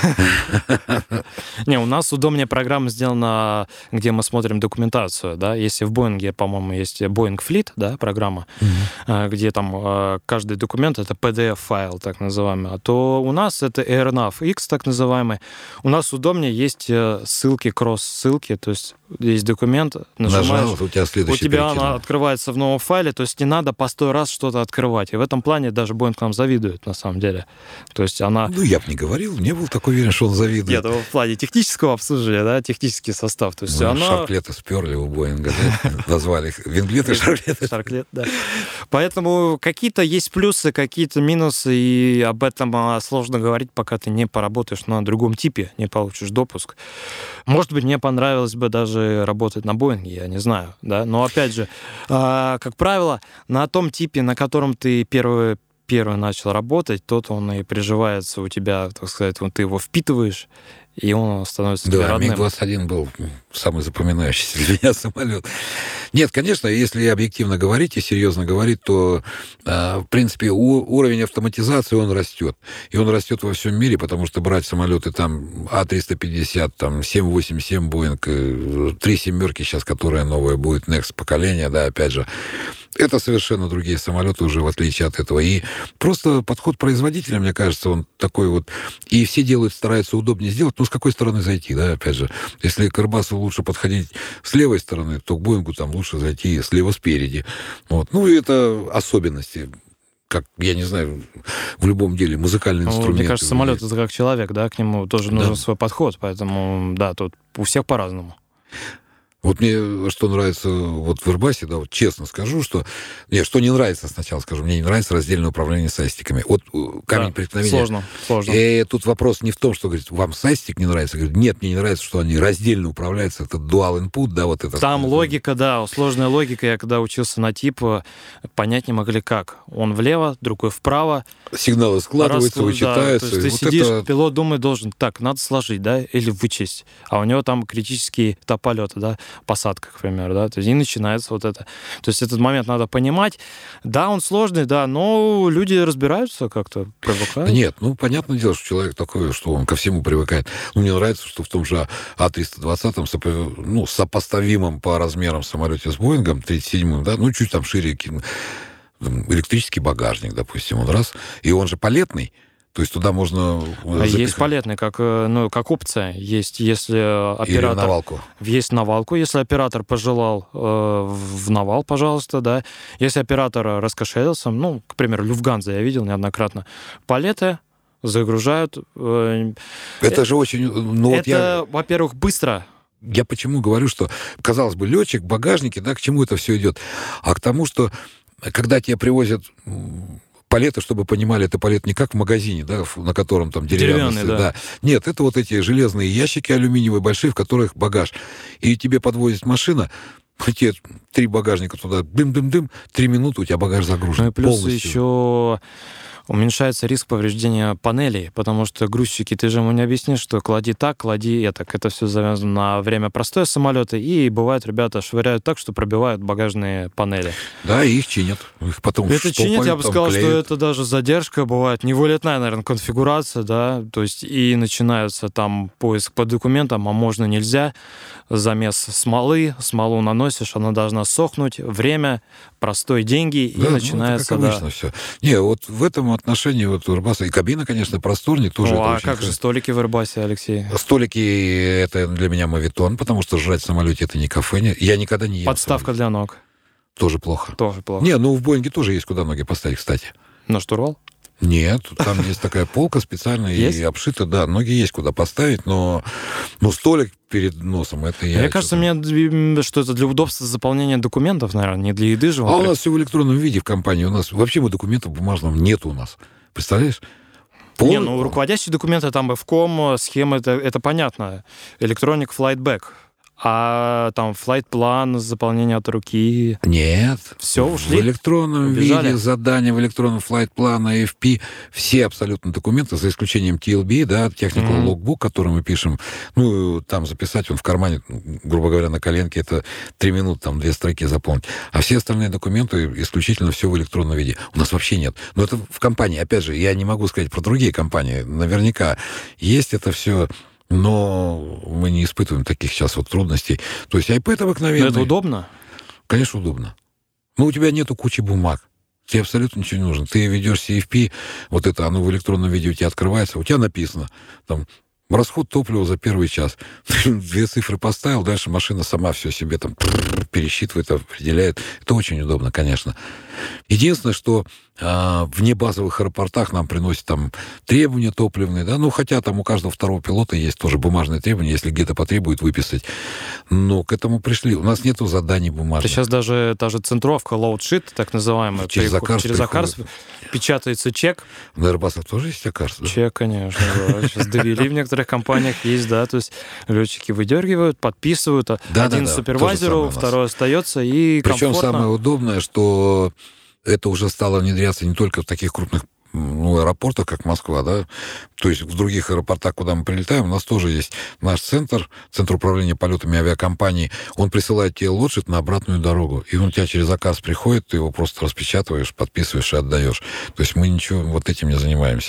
Speaker 2: Не, у нас удобнее программа сделана, где мы смотрим документацию, да. Если в Боинге, по-моему, есть Boeing Fleet, да, программа, где там каждый документ — это PDF-файл, так называемый, то у нас это AirNavX, так называемый. У нас удобнее есть ссылки, кросс-ссылки, то есть есть документ, нажимаешь,
Speaker 1: у тебя
Speaker 2: она открывается в новом файле, то есть не надо по 100 раз что-то открывать. И в этом плане даже Boeing нам завидует, на самом деле. То есть она...
Speaker 1: я бы не говорил, не был такой уверен, что он завидует.
Speaker 2: Нет, в плане технического обслуживания, да, технический состав. То есть
Speaker 1: Шарклеты сперли у Боинга, да? Назвали их винглеты, шарклеты.
Speaker 2: Шарклет, да. Поэтому какие-то есть плюсы, какие-то минусы, и об этом сложно говорить, пока ты не поработаешь на другом типе, не получишь допуск. Может быть, мне понравилось бы даже работать на Боинге, я не знаю, да. Но опять же, как правило, на том типе, на котором ты первый начал работать, тот он и приживается у тебя, так сказать, ты его впитываешь, и он становится тебе родным.
Speaker 1: Да, МиГ-21 был самый запоминающийся для меня самолет. Нет, конечно, если объективно говорить и серьезно говорить, то, в принципе, уровень автоматизации, он растет. И он растет во всем мире, потому что брать самолеты там А350, там 787 Боинг, 3 семерки сейчас, которая новая будет, Next поколение, да, опять же, это совершенно другие самолеты уже, в отличие от этого. И просто подход производителя, мне кажется, он такой вот... И все стараются удобнее сделать. С какой стороны зайти, да, опять же. Если к Airbus лучше подходить с левой стороны, то к Боингу там лучше зайти слева спереди. И это особенности. Как, я не знаю, в любом деле, музыкальный инструмент.
Speaker 2: Мне кажется, самолет — это как человек, да, к нему тоже нужен свой подход. Поэтому, да, тут у всех по-разному.
Speaker 1: Вот мне что нравится в Airbus, да, честно скажу, что... что не нравится, сначала скажу. Мне не нравится раздельное управление сайстиками. Камень преткновения.
Speaker 2: Сложно.
Speaker 1: И тут вопрос не в том, что, говорит, вам сайстик не нравится. Говорит, нет, мне не нравится, что они раздельно управляются. Это dual input, да, вот это.
Speaker 2: Там логика, да, сложная логика. Я когда учился на тип, понять не могли как. Он влево, другой вправо.
Speaker 1: Сигналы складываются, вычитаются.
Speaker 2: Да, то есть ты сидишь, пилот думает, надо сложить, да, или вычесть. А у него там критический этап полета, да. посадка, к примеру, да, то есть и начинается вот это. То есть этот момент надо понимать. Да, он сложный, да, но люди разбираются как-то, привыкают.
Speaker 1: Нет, понятное дело, что человек такой, что он ко всему привыкает. Мне нравится, что в том же А320, сопоставимом по размерам самолете с Боингом 37-м, да, чуть там шире, электрический багажник, допустим, и он же палетный. То есть туда можно запихать.
Speaker 2: Есть палетный, как опция. Есть, если оператор...
Speaker 1: Или в навалку.
Speaker 2: Есть навалку, если оператор пожелал в навал, пожалуйста, да. Если оператор раскошелился, к примеру, Люфтганза я видел неоднократно, палеты загружают.
Speaker 1: Это же очень...
Speaker 2: во-первых, быстро.
Speaker 1: Я почему говорю, что, казалось бы, летчик, багажники, да, к чему это все идет? А к тому, что когда тебе привозят палеты, чтобы понимали, это палет не как в магазине, да, на котором там деревянный, да. Нет, это вот эти железные ящики алюминиевые большие, в которых багаж. И тебе подвозит машина, тебе 3 багажника туда, дым-дым-дым, 3 минуты у тебя багаж загружен.
Speaker 2: И плюс
Speaker 1: полностью.
Speaker 2: Еще уменьшается риск повреждения панелей, потому что грузчики, ты же ему не объяснишь, что клади так, клади этак. Это все завязано на время простое самолета, и бывает, ребята швыряют так, что пробивают багажные панели.
Speaker 1: Да, и их чинят. Их потом
Speaker 2: это чинят, я бы сказал, клеят. Что это даже задержка бывает. Не вылетная, наверное, конфигурация, да, то есть и начинается там поиск по документам, а можно, нельзя, замес смолу наносишь, она должна сохнуть, время, простой деньги, и начинается,
Speaker 1: как обычно все. Не, вот в этом отношении вот у Airbus и кабина, конечно, просторнее тоже.
Speaker 2: А как же столики в Airbus, Алексей?
Speaker 1: Столики — это для меня моветон, потому что жрать в самолете — это не кафе. Я никогда не ем.
Speaker 2: Подставка для ног.
Speaker 1: Тоже плохо.
Speaker 2: Тоже плохо.
Speaker 1: Не, в Боинге тоже есть куда ноги поставить, кстати.
Speaker 2: На штурвал?
Speaker 1: Нет, там есть такая полка специальная и обшита, да, ноги есть куда поставить, но столик перед носом, это я...
Speaker 2: Мне кажется, что это для удобства заполнения документов, наверное, не для еды же.
Speaker 1: У нас все в электронном виде в компании, у нас вообще документов бумажного нет у нас, представляешь?
Speaker 2: Руководящие документы, там БФКом, схема, это понятно. Electronic Flight Bag. А там флайт-план, заполнение от руки...
Speaker 1: Нет.
Speaker 2: Все, ушли?
Speaker 1: В электронном виде задания, в электронном флайт-плана, AFP, все абсолютно документы, за исключением TLB, да, Technical Logbook, который мы пишем, там записать он в кармане, грубо говоря, на коленке, это 3 минуты, там 2 строки заполнить. А все остальные документы исключительно все в электронном виде. У нас вообще нет. Но это в компании, опять же, я не могу сказать про другие компании, наверняка есть это все... Но мы не испытываем таких сейчас трудностей. То есть iPad обыкновенный...
Speaker 2: Но это удобно?
Speaker 1: Конечно, удобно. Но у тебя нету кучи бумаг. Тебе абсолютно ничего не нужно. Ты ведешь CFP, оно в электронном виде у тебя открывается, у тебя написано, там, расход топлива за первый час. 2 цифры поставил, дальше машина сама все себе там пересчитывает, определяет. Это очень удобно, конечно. Единственное, что в небазовых аэропортах нам приносят там требования топливные, да, хотя там у каждого второго пилота есть тоже бумажные требования, если где-то потребует выписать. Но к этому пришли. У нас нету заданий бумажных.
Speaker 2: Сейчас даже та же центровка load sheet, так называемая, через заказ печатается чек.
Speaker 1: На Airbus тоже есть заказ, да?
Speaker 2: Чек, конечно, да. Сейчас довели в некоторых компаниях есть, да, то есть летчики выдергивают, подписывают, один супервайзеру, второй остается, и
Speaker 1: причем
Speaker 2: комфортно.
Speaker 1: Самое удобное, что это уже стало внедряться не только в таких крупных аэропортах, как Москва, да, то есть в других аэропортах, куда мы прилетаем, у нас тоже есть наш центр управления полетами авиакомпании, он присылает тебе лоджит на обратную дорогу, и он у тебя через заказ приходит, ты его просто распечатываешь, подписываешь и отдаешь. То есть мы ничего этим не занимаемся.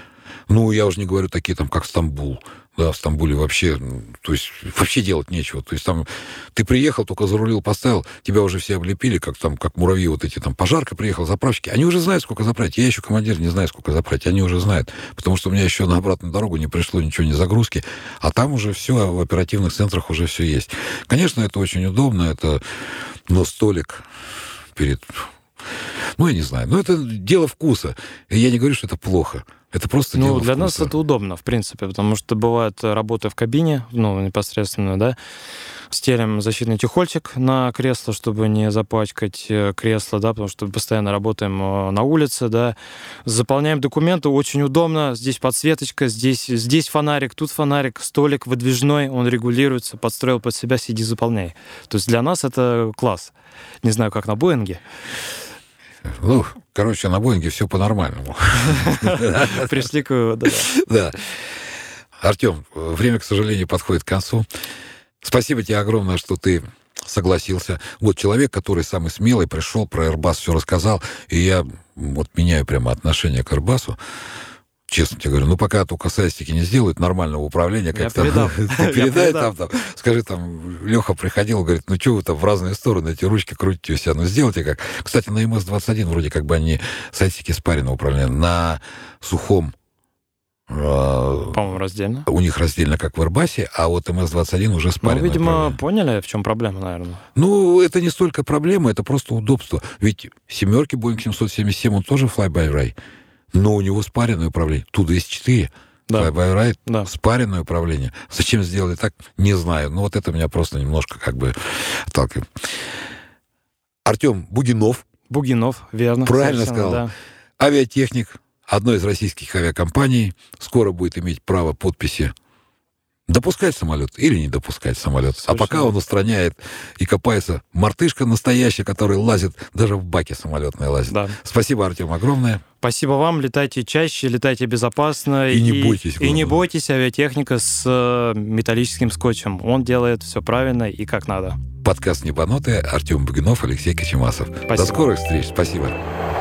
Speaker 1: Я уже не говорю такие, там, как Стамбул. Да, в Стамбуле вообще, то есть вообще делать нечего. То есть там ты приехал, только зарулил, поставил, тебя уже все облепили, как муравьи эти, там, пожарка приехал, заправщики. Они уже знают, сколько заправить. Я еще командир, не знаю, сколько заправить. Они уже знают. Потому что у меня еще на обратную дорогу не пришло ничего, ни загрузки. А там уже все, в оперативных центрах уже все есть. Конечно, это очень удобно, но столик перед... я не знаю. Это дело вкуса. Я не говорю, что это плохо. Это просто дело вкуса.
Speaker 2: Для нас это удобно, в принципе, потому что бывает работа в кабине, непосредственно, да, стелим защитный чехольчик на кресло, чтобы не запачкать кресло, да, потому что постоянно работаем на улице, да, заполняем документы, очень удобно, здесь подсветочка, здесь фонарик, тут фонарик, столик выдвижной, он регулируется, подстроил под себя, сиди, заполняй. То есть для нас это класс. Не знаю, как на Боинге.
Speaker 1: На Боинге все по-нормальному.
Speaker 2: Пришли к выводу, да.
Speaker 1: Да. Артем, время, к сожалению, подходит к концу. Спасибо тебе огромное, что ты согласился. Вот человек, который самый смелый, пришел, про Airbus все рассказал, и я вот меняю прямо отношение к Airbus. Честно тебе говорю, ну, пока только сайстики не сделают нормального управления, как там, передай там, скажи, там, Леха приходил, говорит, ну, что вы там в разные стороны эти ручки крутите у себя, ну, сделайте как. Кстати, на МС-21 вроде как бы они сайстики спаренного управления. На сухом,
Speaker 2: по-моему, раздельно.
Speaker 1: У них раздельно, как в Airbus, а вот МС-21 уже спаренное.
Speaker 2: Ну, видимо, поняли, в чем проблема, наверное.
Speaker 1: Ну, это не столько проблема, это просто удобство. Ведь семерки Boeing 777, он тоже fly-by-wire. Но у него спаренное управление. Ту-204, fly-by-wire, спаренное управление. Зачем сделали так, не знаю. Но вот это меня просто немножко как бы отталкивает. Артем Бугинов.
Speaker 2: Бугинов, верно.
Speaker 1: Правильно сказал. Да. Авиатехник одной из российских авиакомпаний. Скоро будет иметь право подписи допускать самолет или не допускать самолет. Совершенно. А пока он устраняет и копается мартышка настоящая, которая лазит, даже в баке самолетной лазит. Да. Спасибо, Артем, огромное.
Speaker 2: Спасибо вам. Летайте чаще, летайте безопасно.
Speaker 1: И не бойтесь.
Speaker 2: И не бойтесь, авиатехника с металлическим скотчем. Он делает все правильно и как надо.
Speaker 1: Подкаст «Небанутые». Артем Бугинов, Алексей Кочемасов. Спасибо. До скорых встреч. Спасибо.